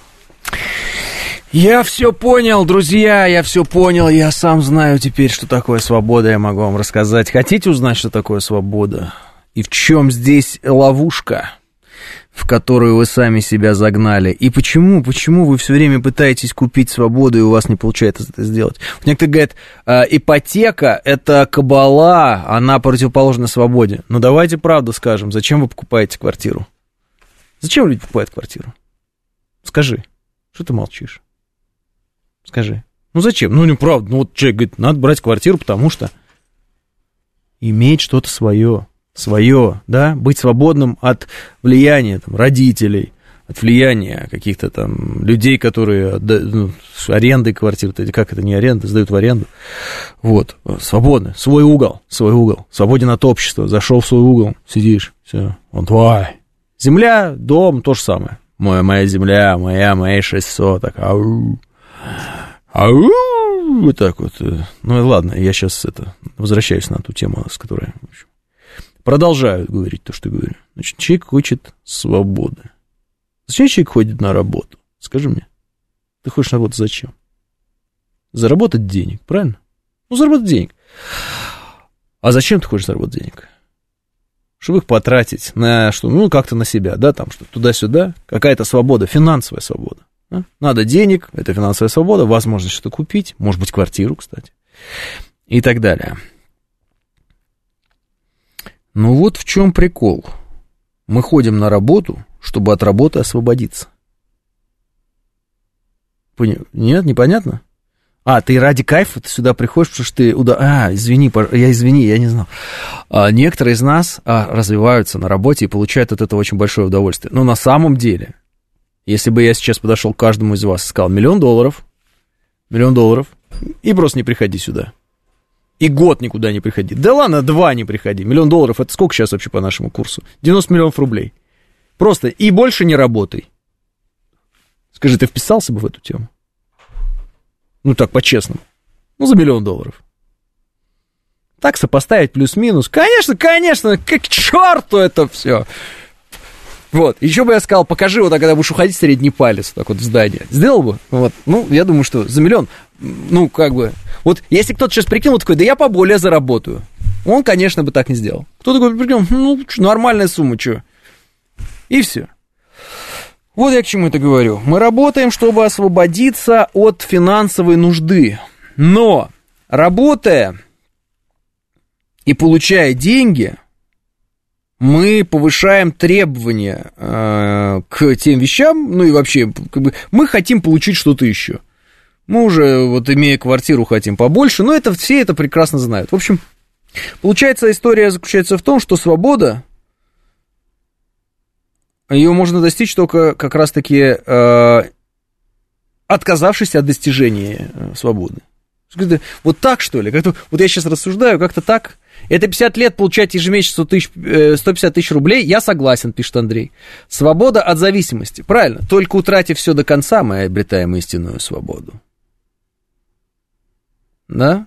Я все понял, друзья, я все понял. Я сам знаю теперь, что такое свобода, я могу вам рассказать. Хотите узнать, что такое свобода? И в чем здесь ловушка, в которую вы сами себя загнали? И почему вы все время пытаетесь купить свободу, и у вас не получается это сделать? Некоторые говорят, ипотека – это кабала, она противоположна свободе. Но давайте правду скажем, зачем вы покупаете квартиру? Зачем люди покупают квартиру? Скажи, что ты молчишь? Скажи. Ну зачем? Ну неправда. Ну вот человек говорит, надо брать квартиру, потому что иметь что-то свое, да, быть свободным от влияния там, родителей, от влияния каких-то там людей, которые арендой квартиры, как это, не аренда, сдают в аренду. Вот, свободно, свой угол, свободен от общества, зашел в свой угол, сидишь, все, он твой. Земля, дом, то же самое. Моя земля, мои 600, так, вот так вот. Ну и ладно, я сейчас возвращаюсь на ту тему, с которой продолжаю говорить то, что говорю. Значит, человек хочет свободы. Зачем человек ходит на работу? Скажи мне. Ты ходишь на работу зачем? Заработать денег, правильно? Ну, заработать денег. А зачем ты хочешь заработать денег? Чтобы их потратить на что? Ну, как-то на себя, да, там что туда-сюда. Какая-то свобода, финансовая свобода. Да? Надо денег, это финансовая свобода, возможность что-то купить, может быть, квартиру, кстати, и так далее. Ну вот в чем прикол. Мы ходим на работу, чтобы от работы освободиться. Нет, непонятно? Ты ради кайфа ты сюда приходишь, потому что ты... извини, я не знал. Некоторые из нас развиваются на работе и получают от этого очень большое удовольствие. Но на самом деле, если бы я сейчас подошел к каждому из вас и сказал $1 000 000, и просто не приходи сюда. И год никуда не приходи. Да ладно, 2 не приходи. $1 000 это сколько сейчас вообще по нашему курсу? 90 миллионов рублей. Просто и больше не работай. Скажи, ты вписался бы в эту тему? Ну так, по-честному. Ну, за $1 000 000. Так сопоставить плюс-минус. Конечно, к черту это все. Вот, еще бы я сказал, покажи вот так, когда будешь уходить, средний палец, так вот в здание. Сделал бы? Вот, ну, я думаю, что за $1 000 000, ну, как бы, вот, если кто-то сейчас прикинул, такой, да я поболее заработаю, он, конечно, бы так не сделал. Кто такой прикинул, ну, нормальная сумма, что? И все. Вот я к чему это говорю. Мы работаем, чтобы освободиться от финансовой нужды. Но, работая и получая деньги, мы повышаем требования к тем вещам, ну и вообще, как бы, мы хотим получить что-то еще. Мы уже, вот имея квартиру, хотим побольше, но это все это прекрасно знают. В общем, получается, история заключается в том, что свобода, ее можно достичь только как раз-таки отказавшись от достижения свободы. Вот так, что ли? Как-то, вот я сейчас рассуждаю, как-то так. Это 50 лет получать ежемесячно 150 тысяч рублей, я согласен, пишет Андрей. Свобода от зависимости, правильно. Только утратив все до конца, мы обретаем истинную свободу. Да?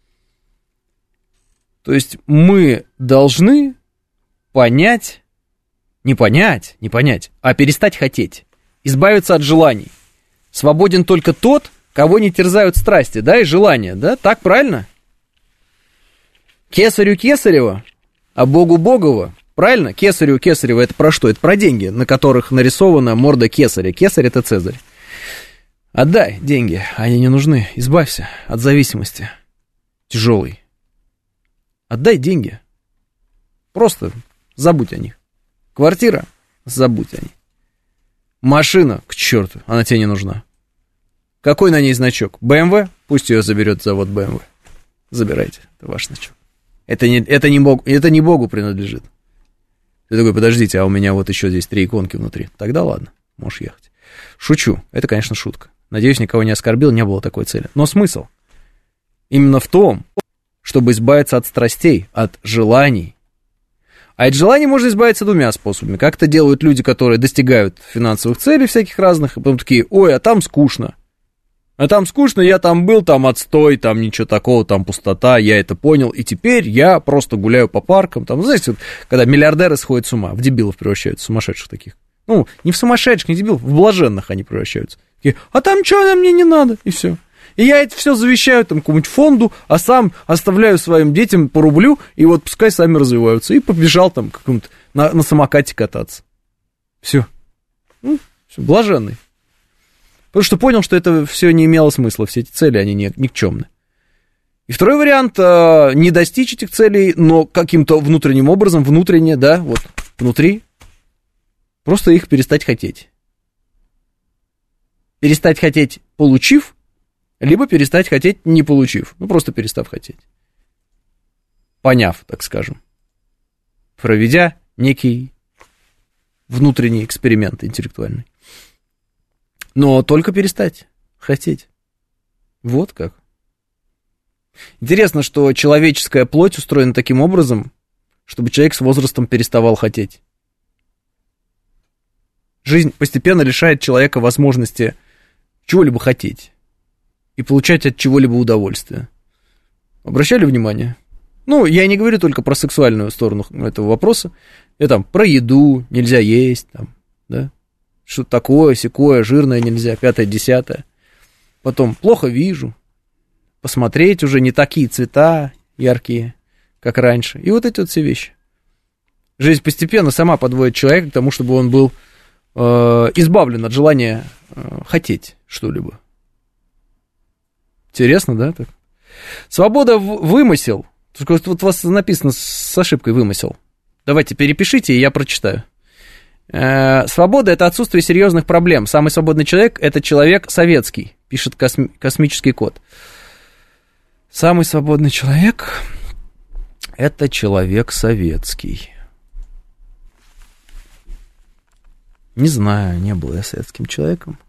То есть мы должны не понять, а перестать хотеть, избавиться от желаний. Свободен только тот, кого не терзают страсти, да, и желания, да, так правильно? Кесарю Кесарева, а Богу Богово, правильно? Кесарю Кесарева, это про что? Это про деньги, на которых нарисована морда Кесаря. Кесарь — это Цезарь. Отдай деньги, они не нужны, избавься от зависимости тяжелой. Отдай деньги, просто забудь о них. Квартира — забудь о ней. Машина — к черту, она тебе не нужна. Какой на ней значок? BMW? Пусть ее заберет завод BMW. Забирайте, это ваш значок. Это не Богу принадлежит. Ты такой, подождите, а у меня вот еще здесь 3 иконки внутри. Тогда ладно, можешь ехать. Шучу, это, конечно, шутка. Надеюсь, никого не оскорбил, не было такой цели. Но смысл именно в том, чтобы избавиться от страстей, от желаний, А от желаний можно избавиться двумя способами. Как это делают люди, которые достигают финансовых целей всяких разных, и потом такие: ой, а там скучно. А там скучно, я там был, там отстой, там ничего такого, там пустота, я это понял, и теперь я просто гуляю по паркам. Там, знаете, вот, когда миллиардеры сходят с ума, в дебилов превращаются, сумасшедших таких. Ну, не в сумасшедших, не в дебилов, в блаженных они превращаются. Такие: а там что, нам мне не надо, и все. И я это все завещаю там какому-нибудь фонду, а сам оставляю своим детям по рублю, и вот пускай сами развиваются. И побежал там какому-то на самокате кататься. Все. Ну, все, блаженный. Потому что понял, что это все не имело смысла, все эти цели, они никчемны. И второй вариант, не достичь этих целей, но каким-то внутренним образом, внутренне, да, вот, внутри, просто их перестать хотеть. Перестать хотеть, получив, либо перестать хотеть, не получив. Ну, просто перестав хотеть. Поняв, так скажем. Проведя некий внутренний эксперимент интеллектуальный. Но только перестать хотеть. Вот как. Интересно, что человеческая плоть устроена таким образом, чтобы человек с возрастом переставал хотеть. Жизнь постепенно лишает человека возможности чего-либо хотеть и получать от чего-либо удовольствие. Обращали внимание? Ну, я не говорю только про сексуальную сторону этого вопроса. Я там про еду, нельзя есть, там, да? Что-то такое, сякое, жирное нельзя, 5-10. Потом плохо вижу. Посмотреть уже не такие цвета яркие, как раньше. И вот эти вот все вещи. Жизнь постепенно сама подводит человека к тому, чтобы он был избавлен от желания хотеть что-либо. Интересно, да? Так? Свобода вымысел. Вот у вас написано с ошибкой вымысел. Давайте перепишите, и я прочитаю. Свобода — это отсутствие серьезных проблем. Самый свободный человек — это человек советский, пишет космический код. Самый свободный человек — это человек советский. Не знаю, не был я советским человеком.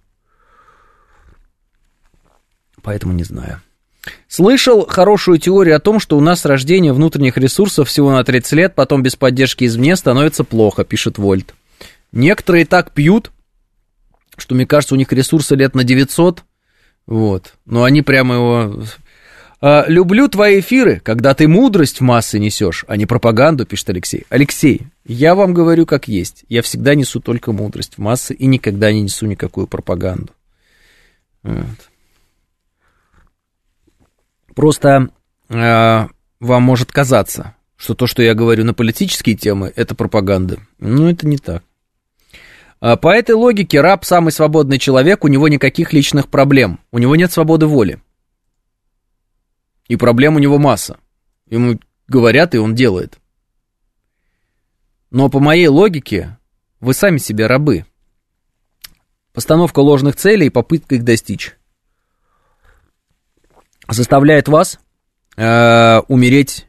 Поэтому не знаю. Слышал хорошую теорию о том, что у нас с рождения внутренних ресурсов всего на 30 лет, потом без поддержки извне становится плохо, пишет Вольт. Некоторые так пьют, что, мне кажется, у них ресурсы лет на 900, вот, но они прямо его... «Люблю твои эфиры, когда ты мудрость в массы несешь, а не пропаганду», пишет Алексей. Алексей, я вам говорю как есть, я всегда несу только мудрость в массы и никогда не несу никакую пропаганду. Вот. Просто вам может казаться, что то, что я говорю на политические темы, это пропаганда. Но это не так. По этой логике раб самый свободный человек, у него никаких личных проблем, у него нет свободы воли. И проблем у него масса. Ему говорят, и он делает. Но по моей логике, вы сами себе рабы. Постановка ложных целей и попытка их достичь заставляет вас умереть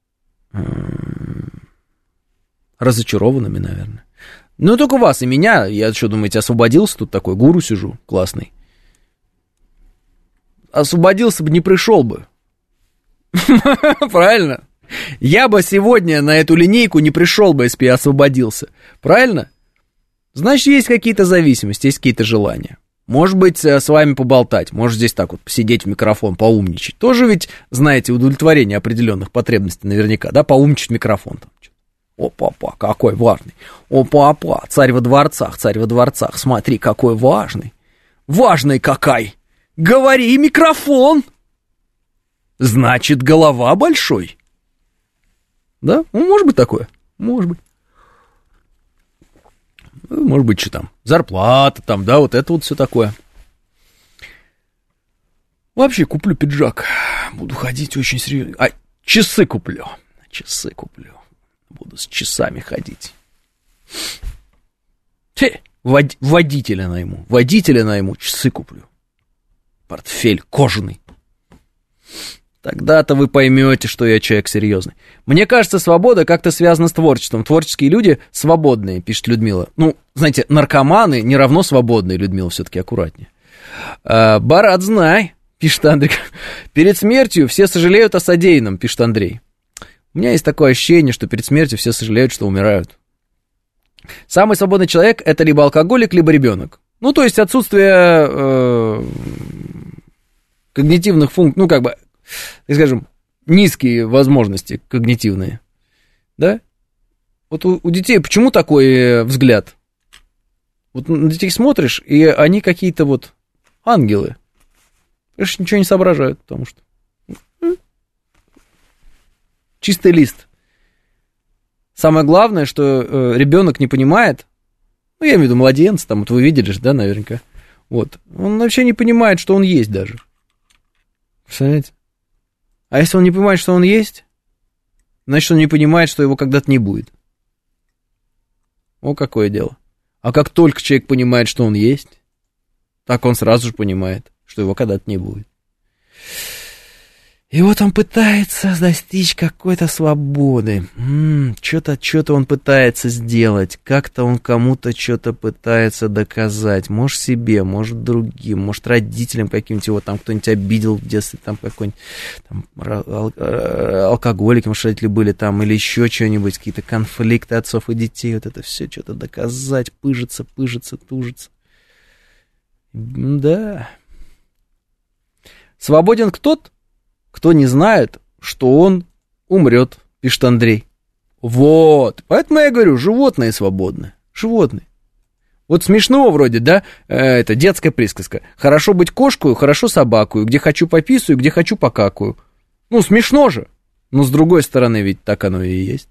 разочарованными, наверное. Ну, только вас и меня. Я что, думаете, освободился? Тут такой гуру сижу, классный. Освободился бы, не пришел бы. Правильно? Я бы сегодня на эту линейку не пришел бы, если бы я освободился. Правильно? Значит, есть какие-то зависимости, есть какие-то желания. Может быть, с вами поболтать, может здесь так вот посидеть в микрофон, поумничать. Тоже ведь, знаете, удовлетворение определенных потребностей наверняка, да, поумничать в микрофон. Там. О, папа, какой важный. О, папа, царь во дворцах, смотри, какой важный. Важный какой. Говори, микрофон. Значит, голова большой. Да? Ну, может быть такое. Может быть. Может быть, что там. Зарплата там, да, вот это вот все такое. Вообще, куплю пиджак. Буду ходить очень серьезно. А, часы куплю. Буду с часами ходить. Водителя найму. Часы куплю. Портфель кожаный. Тогда-то вы поймете, что я человек серьезный. Мне кажется, свобода как-то связана с творчеством. Творческие люди свободные, пишет Людмила. Ну, знаете, наркоманы не равно свободные, Людмила, все-таки аккуратнее. Барат, знай, пишет Андрей. Перед смертью все сожалеют о содеянном, пишет Андрей. У меня есть такое ощущение, что перед смертью все сожалеют, что умирают. Самый свободный человек – это либо алкоголик, либо ребенок. Ну, то есть отсутствие когнитивных функций, ну, как бы, так скажем, низкие возможности когнитивные, да? Вот у детей почему такой взгляд? Вот на детей смотришь, и они какие-то вот ангелы. Конечно, ничего не соображают, потому что чистый лист. Самое главное, что ребенок не понимает, ну, я имею в виду младенец, там, вот вы видели же, да, наверняка, вот, он вообще не понимает, что он есть даже. Представляете? А если он не понимает, что он есть, значит, он не понимает, что его когда-то не будет. О, какое дело. А как только человек понимает, что он есть, так он сразу же понимает, что его когда-то не будет. И вот он пытается достичь какой-то свободы. Что-то он пытается сделать. Как-то он кому-то что-то пытается доказать. Может себе, может другим, может родителям каким-нибудь, его там кто-нибудь обидел в детстве, там какой-нибудь там, алкоголик, может, родители были там, или еще что-нибудь, какие-то конфликты отцов и детей. Вот это все что-то доказать, пыжиться, тужиться. Да. Свободен кто не знает, что он умрет, пишет Андрей. Вот, поэтому я говорю, животные свободны, животные. Вот смешно вроде, да, это детская присказка. Хорошо быть кошкою, хорошо собакою, где хочу пописаю, где хочу покакаю. Ну, смешно же, но с другой стороны ведь так оно и есть.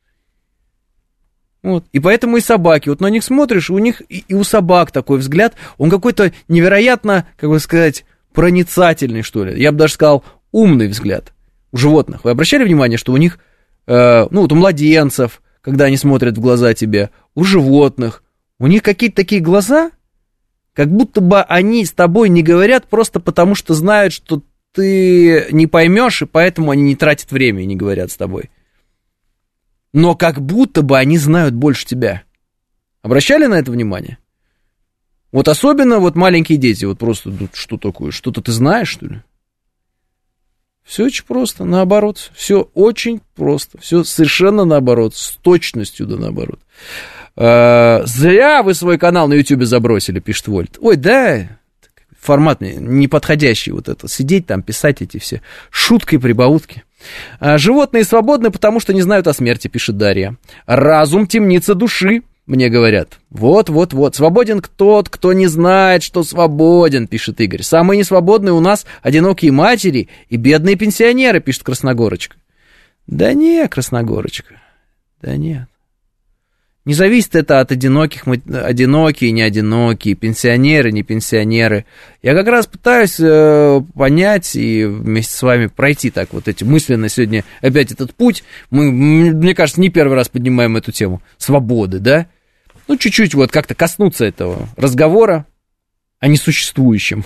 Вот. И поэтому и собаки, вот на них смотришь, у них и у собак такой взгляд, он какой-то невероятно, как бы сказать, проницательный, что ли. Я бы даже сказал, умный взгляд у животных. Вы обращали внимание, что у них, ну вот у младенцев, когда они смотрят в глаза тебе, у животных, у них какие-то такие глаза, как будто бы они с тобой не говорят просто потому, что знают, что ты не поймешь, и поэтому они не тратят время и не говорят с тобой. Но как будто бы они знают больше тебя. Обращали на это внимание? Вот особенно вот маленькие дети, вот просто, ну, что такое, что-то ты знаешь, что ли? Все очень просто, наоборот, все очень просто, все совершенно наоборот, с точностью да наоборот. Зря вы свой канал на Ютубе забросили, пишет Вольт. Ой, да, формат неподходящий вот это, сидеть там, писать эти все шутки, прибаутки. Животные свободны, потому что не знают о смерти, пишет Дарья. Разум — темница души, мне говорят. Вот. Свободен тот, кто не знает, что свободен, пишет Игорь. Самые несвободные у нас одинокие матери и бедные пенсионеры, пишет Красногорочка. Да не, Красногорочка, да нет. Не зависит это от одинокие, не одинокие, пенсионеры, не пенсионеры. Я как раз пытаюсь понять и вместе с вами пройти так вот эти мысленно сегодня опять этот путь. Мы, мне кажется, не первый раз поднимаем эту тему свободы, да? Ну, чуть-чуть вот как-то коснуться этого разговора о несуществующем,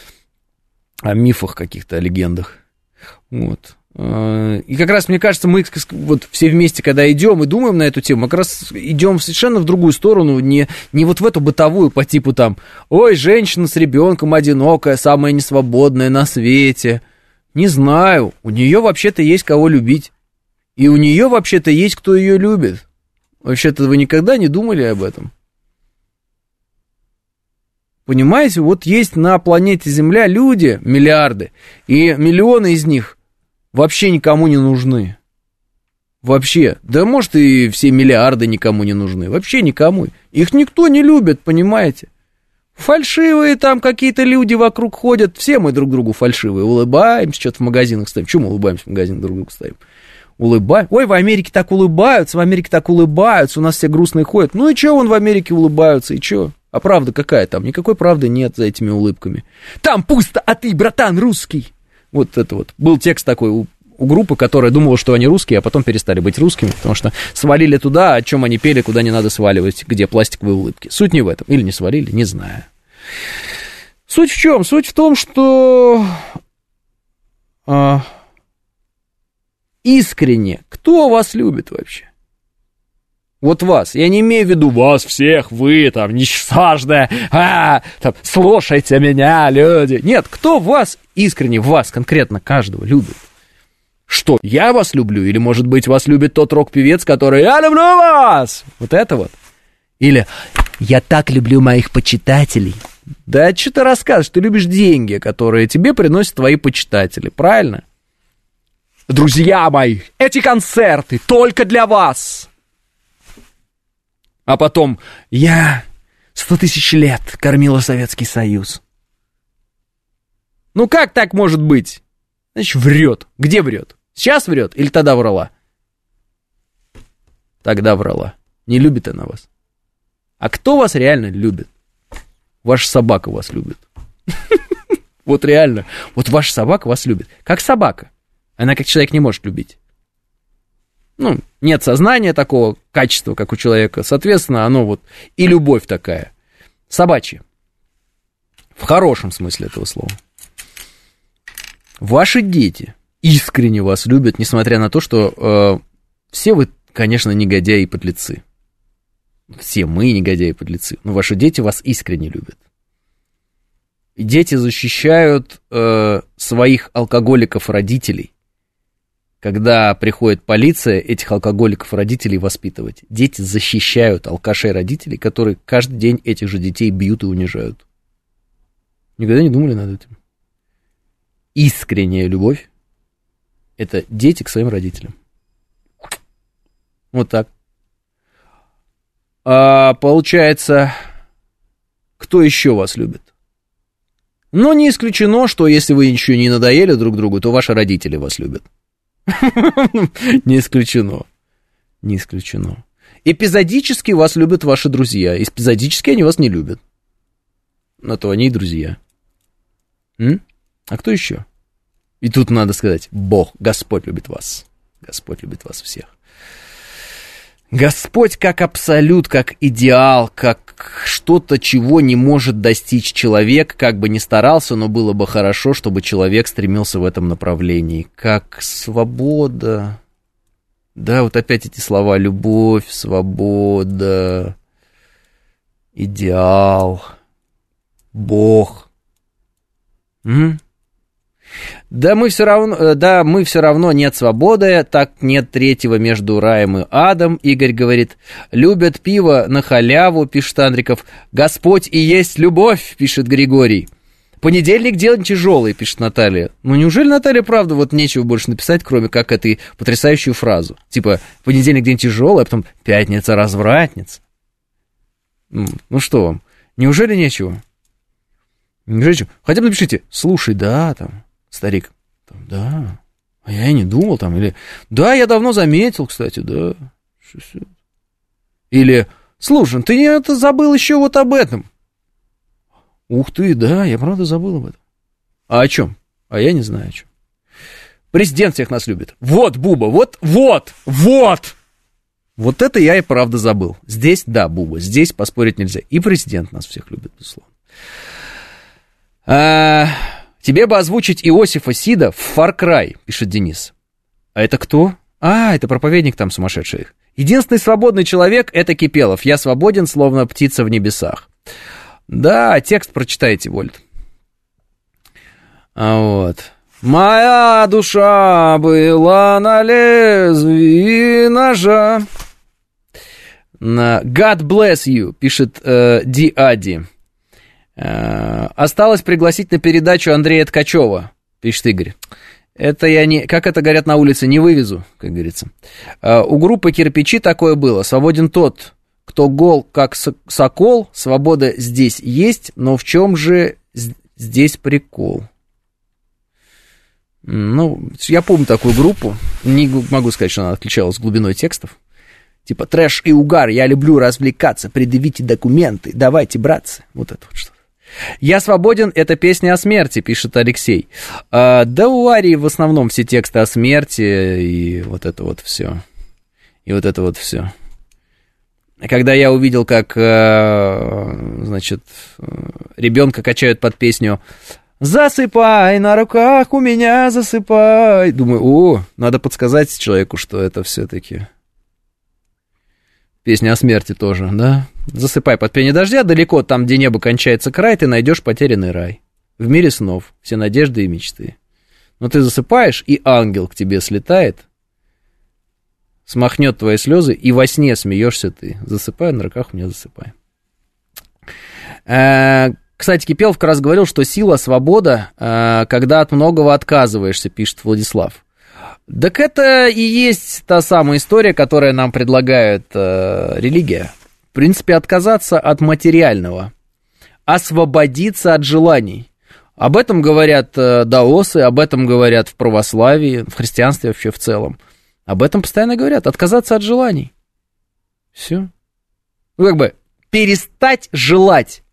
о мифах каких-то, о легендах. Вот. И как раз, мне кажется, мы вот все вместе, когда идем и думаем на эту тему, мы как раз идем совершенно в другую сторону, не вот в эту бытовую по типу там, ой, женщина с ребенком одинокая, самая несвободная на свете. Не знаю, у нее вообще-то есть кого любить, и у нее вообще-то есть кто ее любит. Вообще-то вы никогда не думали об этом? Понимаете, вот есть на планете Земля люди, миллиарды, и миллионы из них вообще никому не нужны. Вообще. Да может и все миллиарды никому не нужны. Вообще никому. Их никто не любит, понимаете? Фальшивые там какие-то люди вокруг ходят. Все мы друг другу фальшивые. Улыбаемся, что-то в магазинах ставим. Чему мы улыбаемся в магазинах друг другу ставим? Улыбаемся. Ой, в Америке так улыбаются, у нас все грустные ходят. Ну и что вон в Америке улыбаются, и что? А правда какая там? Никакой правды нет за этими улыбками. Там пусто, а ты, братан, русский. Вот это вот. Был текст такой у группы, которая думала, что они русские, а потом перестали быть русскими, потому что свалили туда, о чем они пели, куда не надо сваливать, где пластиковые улыбки. Суть не в этом. Или не свалили, не знаю. Суть в чем? Суть в том, что искренне, кто вас любит вообще? Вот вас, я не имею в виду вас всех, вы там, несчастные, там, слушайте меня, люди. Нет, кто вас искренне, вас конкретно, каждого любит? Что, я вас люблю? Или, может быть, вас любит тот рок-певец, который «Я люблю вас!» Вот это вот. Или «Я так люблю моих почитателей». Да что ты рассказываешь? Ты любишь деньги, которые тебе приносят твои почитатели, правильно? Друзья мои, эти концерты только для вас. А потом «Я 100 тысяч лет кормила Советский Союз». Ну как так может быть? Значит, врет. Где врет? Сейчас врет или тогда врала? Тогда врала. Не любит она вас. А кто вас реально любит? Ваша собака вас любит. Вот реально. Вот ваша собака вас любит. Как собака. Она как человек не может любить. Ну, нет сознания такого качества, как у человека. Соответственно, оно вот и любовь такая. Собачья. В хорошем смысле этого слова. Ваши дети искренне вас любят, несмотря на то, что все вы, конечно, негодяи и подлецы. Все мы негодяи и подлецы. Но ваши дети вас искренне любят. И дети защищают своих алкоголиков-родителей. Когда приходит полиция, этих алкоголиков-родителей воспитывать. Дети защищают алкашей-родителей, которые каждый день этих же детей бьют и унижают. Никогда не думали над этим? Искренняя любовь — это дети к своим родителям. Вот так. Получается, кто еще вас любит? Но не исключено, что если вы еще не надоели друг другу, то ваши родители вас любят. Не исключено. Не исключено. Эпизодически вас любят ваши друзья. Эпизодически они вас не любят. На то они и друзья. А кто еще? И тут надо сказать: Бог, Господь любит вас. Господь любит вас всех. Господь как абсолют, как идеал, как что-то, чего не может достичь человек, как бы ни старался, но было бы хорошо, чтобы человек стремился в этом направлении. Как свобода. Да, вот опять эти слова: любовь, свобода, идеал, Бог. Да мы все равно нет свободы, так нет третьего между раем и адом. Игорь говорит: любят пиво на халяву, пишет Андриков. Господь и есть любовь, пишет Григорий. Понедельник день тяжелый, пишет Наталья. Ну неужели, Наталья, правда, вот нечего больше написать, кроме как этой потрясающую фразу? Типа, понедельник день тяжелый, а потом пятница развратница. Ну что вам, неужели нечего? Неужели? Хотя бы напишите: слушай, да, там, старик, там, да, а я и не думал, там, или, да, я давно заметил, кстати, да, или, слушай, ты это забыл еще вот об этом. Ух ты, да, я правда забыл об этом. А о чем? А я не знаю о чем. Президент всех нас любит. Вот, Буба, вот. Вот это я и правда забыл. Здесь, да, Буба, здесь поспорить нельзя. И президент нас всех любит, безусловно. Тебе бы озвучить Иосифа Сида в Far Cry, пишет Денис. А это кто? Это проповедник там сумасшедший. Единственный свободный человек — это Кипелов. Я свободен, словно птица в небесах. Да, текст прочитайте, Вольт. Вот. Моя душа была на лезвии ножа. God bless you, пишет Ди Ади. Осталось пригласить на передачу Андрея Ткачева, пишет Игорь. Это я не, как это говорят на улице, не вывезу, как говорится. У группы «Кирпичи» такое было. Свободен тот, кто гол, как сокол. Свобода здесь есть, но в чем же здесь прикол? Ну, я помню такую группу. Не могу сказать, что она отличалась глубиной текстов. Типа трэш и угар, я люблю развлекаться, предъявите документы, давайте, братцы. Вот это вот что-то. «Я свободен» — это песня о смерти, пишет Алексей. Да у Арии в основном все тексты о смерти, и вот это вот все. Когда я увидел, как, значит, ребенка качают под песню «Засыпай, на руках у меня засыпай», думаю, надо подсказать человеку, что это все-таки песня о смерти тоже, да? Засыпай под пение дождя, далеко там, где небо кончается край, ты найдешь потерянный рай. В мире снов, все надежды и мечты. Но ты засыпаешь, и ангел к тебе слетает, смахнет твои слезы, и во сне смеешься ты. Засыпаю, на руках у меня засыпай. Кстати, Кипелов как раз говорил, что сила, свобода, когда от многого отказываешься, пишет Владислав. Так это и есть та самая история, которую нам предлагает религия. В принципе, отказаться от материального, освободиться от желаний. Об этом говорят даосы, об этом говорят в православии, в христианстве вообще в целом. Об этом постоянно говорят. Отказаться от желаний. Все. Ну, как бы перестать желать.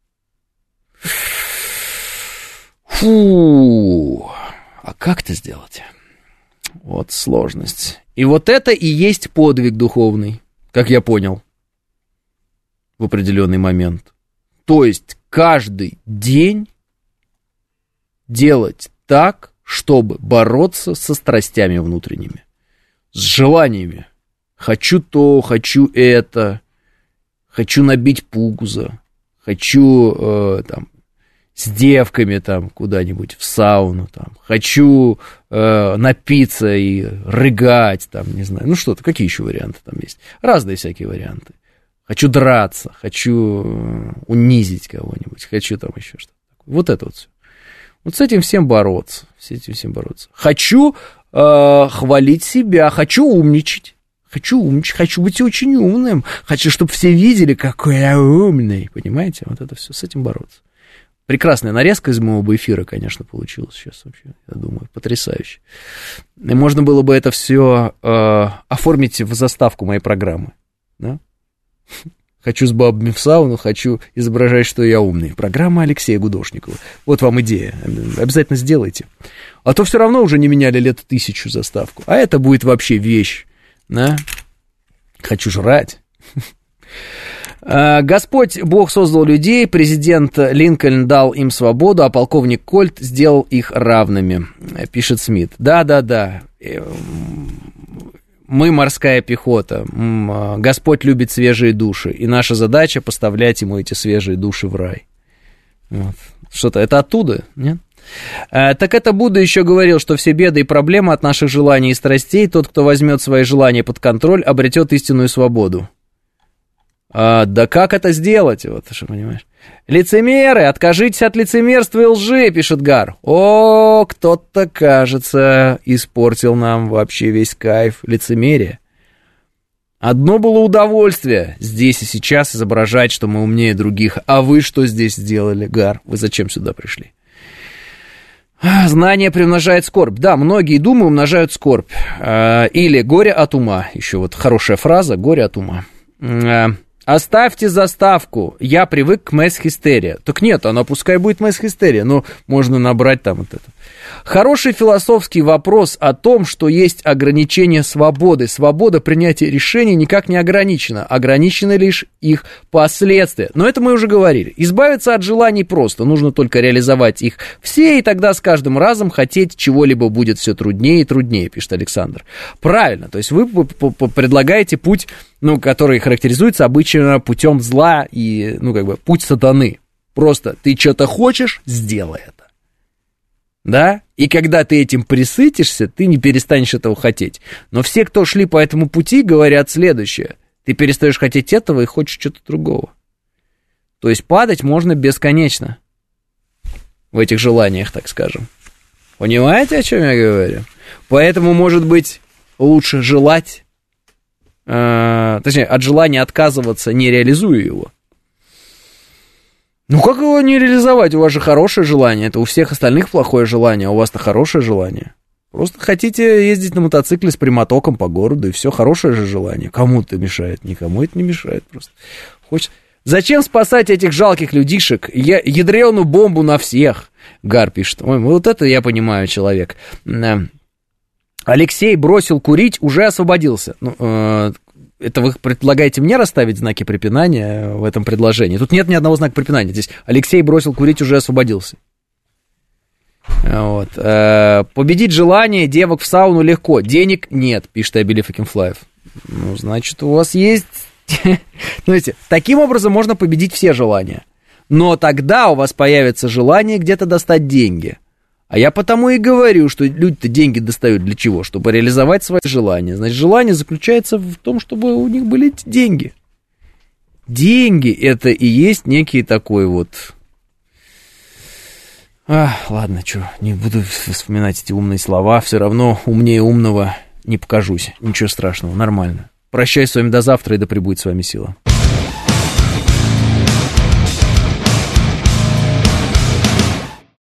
Фу. А как это сделать? Вот сложность. И вот это и есть подвиг духовный, как я понял, в определенный момент. То есть каждый день делать так, чтобы бороться со страстями внутренними, с желаниями. Хочу то, хочу это, хочу набить пузо, хочу там с девками там куда-нибудь в сауну, там, хочу напиться и рыгать, там, не знаю, ну что-то, какие еще варианты там есть? Разные всякие варианты. Хочу драться, хочу унизить кого-нибудь, хочу там еще что-то. Вот это вот все. Вот с этим всем бороться, Хочу хвалить себя, хочу умничать, хочу быть очень умным, хочу, чтобы все видели, какой я умный, понимаете? Вот это все, с этим бороться. Прекрасная нарезка из моего эфира, конечно, получилась сейчас вообще, я думаю, потрясающе. И можно было бы это все оформить в заставку моей программы, да? Хочу с бабами в сауну, хочу изображать, что я умный. Программа Алексея Гудошникова. Вот вам идея, обязательно сделайте. А то все равно уже не меняли лет 1000 заставку. А это будет вообще вещь, да? Хочу жрать. Господь Бог создал людей, президент Линкольн дал им свободу, а полковник Кольт сделал их равными, пишет Смит. Да. Мы морская пехота, Господь любит свежие души, и наша задача поставлять ему эти свежие души в рай. Вот. Что-то, это оттуда, нет? Так это Будда еще говорил, что все беды и проблемы от наших желаний и страстей, тот, кто возьмет свои желания под контроль, обретет истинную свободу. Да как это сделать, вот, что понимаешь? Лицемеры, откажитесь от лицемерства и лжи, пишет Гар. О, кто-то, кажется, испортил нам вообще весь кайф лицемерия. Одно было удовольствие здесь и сейчас изображать, что мы умнее других. А вы что здесь сделали, Гар? Вы зачем сюда пришли? Знание приумножает скорбь. Да, многие думы умножают скорбь. Или горе от ума. Еще вот хорошая фраза, горе от ума. Оставьте заставку, я привык к масс-хистерии. Так нет, она пускай будет масс-хистерия, но можно набрать там вот это. Хороший философский вопрос о том, что есть ограничение свободы. Свобода принятия решений никак не ограничена. Ограничены лишь их последствия. Но это мы уже говорили. Избавиться от желаний просто. Нужно только реализовать их все, и тогда с каждым разом хотеть чего-либо будет все труднее и труднее, пишет Александр. Правильно, то есть вы предлагаете путь, ну, который характеризуется обычно путем зла и, ну, как бы, путь сатаны. Просто ты что-то хочешь, сделай это. Да? И когда ты этим пресытишься, ты не перестанешь этого хотеть. Но все, кто шли по этому пути, говорят следующее. Ты перестаешь хотеть этого и хочешь что-то другого. То есть падать можно бесконечно в этих желаниях, так скажем. Понимаете, о чем я говорю? Поэтому, может быть, лучше желать, точнее, от желания отказываться, не реализуя его. Ну, как его не реализовать? У вас же хорошее желание. Это у всех остальных плохое желание, а у вас-то хорошее желание. Просто хотите ездить на мотоцикле с прямотоком по городу, и все, хорошее же желание. Кому-то мешает, никому это не мешает просто. Хочешь... Зачем спасать этих жалких людишек? Ядреную бомбу на всех, Гар пишет. Ой, вот это я понимаю, человек. Алексей бросил курить, уже освободился. Это вы предлагаете мне расставить знаки препинания в этом предложении? Тут нет ни одного знака препинания. Здесь Алексей бросил курить, уже освободился. Вот. Победить желание девок в сауну легко. Денег нет, пишет Абилев Акинфлаев. Ну, значит, у вас есть... Знаете, таким образом можно победить все желания. Но тогда у вас появится желание где-то достать деньги. А я потому и говорю, что люди-то деньги достают для чего? Чтобы реализовать свои желания. Значит, желание заключается в том, чтобы у них были эти деньги. Деньги это и есть некий такой вот... Ладно, что, не буду вспоминать эти умные слова. Все равно умнее умного не покажусь. Ничего страшного, нормально. Прощаюсь с вами до завтра, и да пребудет с вами сила.